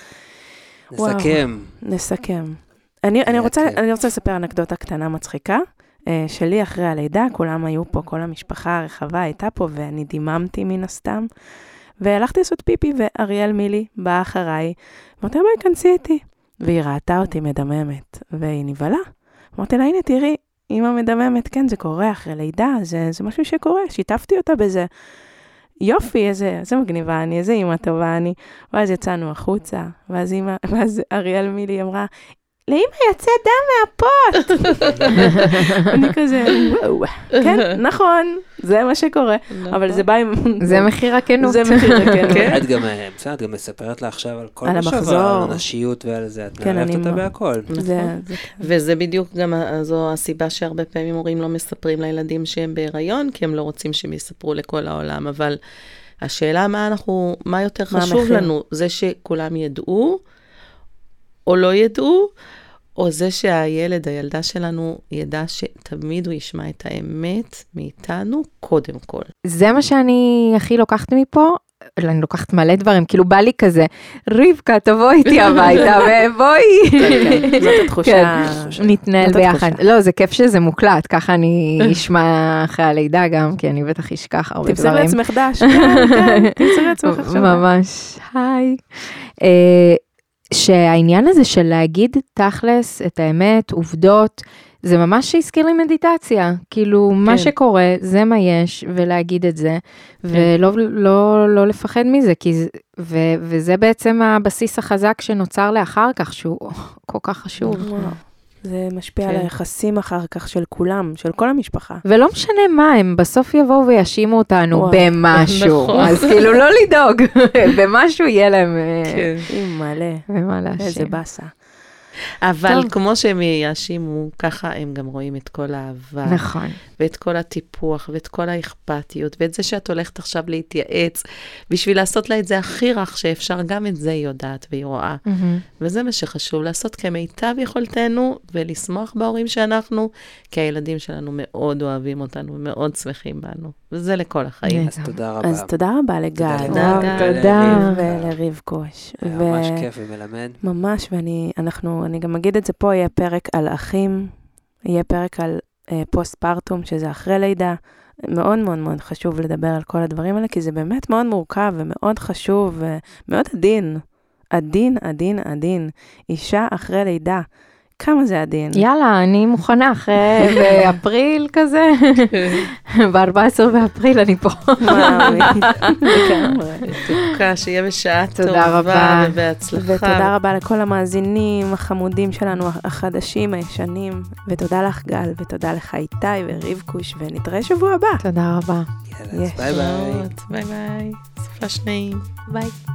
נסכם. אני רוצה לספר אנקדוטה קטנה מצחיקה, שלי אחרי הלידה, כולם היו פה, כל המשפחה הרחבה הייתה פה, ואני דיממתי מן הסתם, והלכתי לעשות פיפי, ואריאל מילי באה אחריי, אמרתי, בואי, כנסי איתי. והיא ראתה אותי מדממת, והיא נבלה. אמרתי לה, הנה, תראי, אמא מדממת, כן, זה קורה אחרי לידה, זה משהו שקורה, שיתפתי אותה בזה. יופי, איזה מגניבה אני, איזה אמא טובה אני. ואז יצאנו החוצה, ואז אריאל מילי אמרה, לאמא יצא דם מהפות. אני כזה, וואו, כן, נכון, זה מה שקורה. אבל זה בא עם... זה מחיר הכנות. זה מחיר הכנות. את גם מספרת לה עכשיו על כל מה שעבר, על הנשיות ועל זה, את מערבת אותה בהכל. וזה בדיוק גם זו הסיבה שהרבה פעמים הורים לא מספרים לילדים שהם בהיריון, כי הם לא רוצים שהם יספרו לכל העולם, אבל השאלה מה יותר חשוב לנו, זה שכולם ידעו, או לא ידעו, או זה שהילד, הילדה שלנו, ידע שתמיד הוא ישמע את האמת מאיתנו קודם כל. זה מה שאני הכי לוקחת מפה, אני לוקחת מלא דברים, כאילו בא לי כזה, רבקה, תבוא איתי הביתה, ובואי. זאת התחושה. נתנהל ביחד. לא, זה כיף שזה מוקלט, ככה אני אשמע אחרי הלידה גם, כי אני בטח אשכח הרבה דברים. תמסר לעצמך דש, כן, תמסר לעצמך עכשיו. ממש, היי. שהעניין הזה של להגיד תכלס את האמת, עובדות, זה ממש הזכיר לי מדיטציה, כאילו מה שקורה זה מה יש, ולהגיד את זה, ולא לפחד מזה, וזה בעצם הבסיס החזק שנוצר לאחר כך, שהוא כל כך חשוב. זה משפיע על היחסים אחר כך של כולם, של כל המשפחה. ולא משנה מה, הם בסוף יבואו וישימו אותנו במשהו. אז כאילו לא לדאוג, במשהו יהיה להם מלא. איזה בסה. אבל כמו שהם יאשימו, ככה הם גם רואים את כל האהבה. נכון. ואת כל הטיפוח, ואת כל האכפתיות, ואת זה שאת הולכת עכשיו להתייעץ, בשביל לעשות לה את זה הכי רך שאפשר, גם את זה היא יודעת והיא רואה. וזה מה שחשוב, לעשות כמיטב יכולתנו, ולשמוח בהורים שאנחנו, כי הילדים שלנו מאוד אוהבים אותנו, ומאוד שמחים בנו. וזה לכל החיים. אז תודה רבה. אז תודה רבה לגל. תודה. ולרבקוש. ממש כיף ומלמד. ממש, אני גם אגיד את זה פה, יהיה פרק על אחים, יהיה פרק על פוסט פרטום, שזה אחרי לידה. מאוד מאוד מאוד חשוב לדבר על כל הדברים האלה, כי זה באמת מאוד מורכב ומאוד חשוב ומאוד עדין. אישה אחרי לידה. כמה זה עדין? יאללה, אני מוכנה אחרי באפריל כזה. ב-14 באפריל אני פה. תוקה, שיהיה בשעה טובה ובהצלחה. ותודה רבה לכל המאזינים החמודים שלנו, החדשים, הישנים. ותודה לך גל, ותודה לך איתי ורבקוש, ונתראה שבוע הבא. תודה רבה. ביי ביי. ביי ביי. סופה שניים. ביי.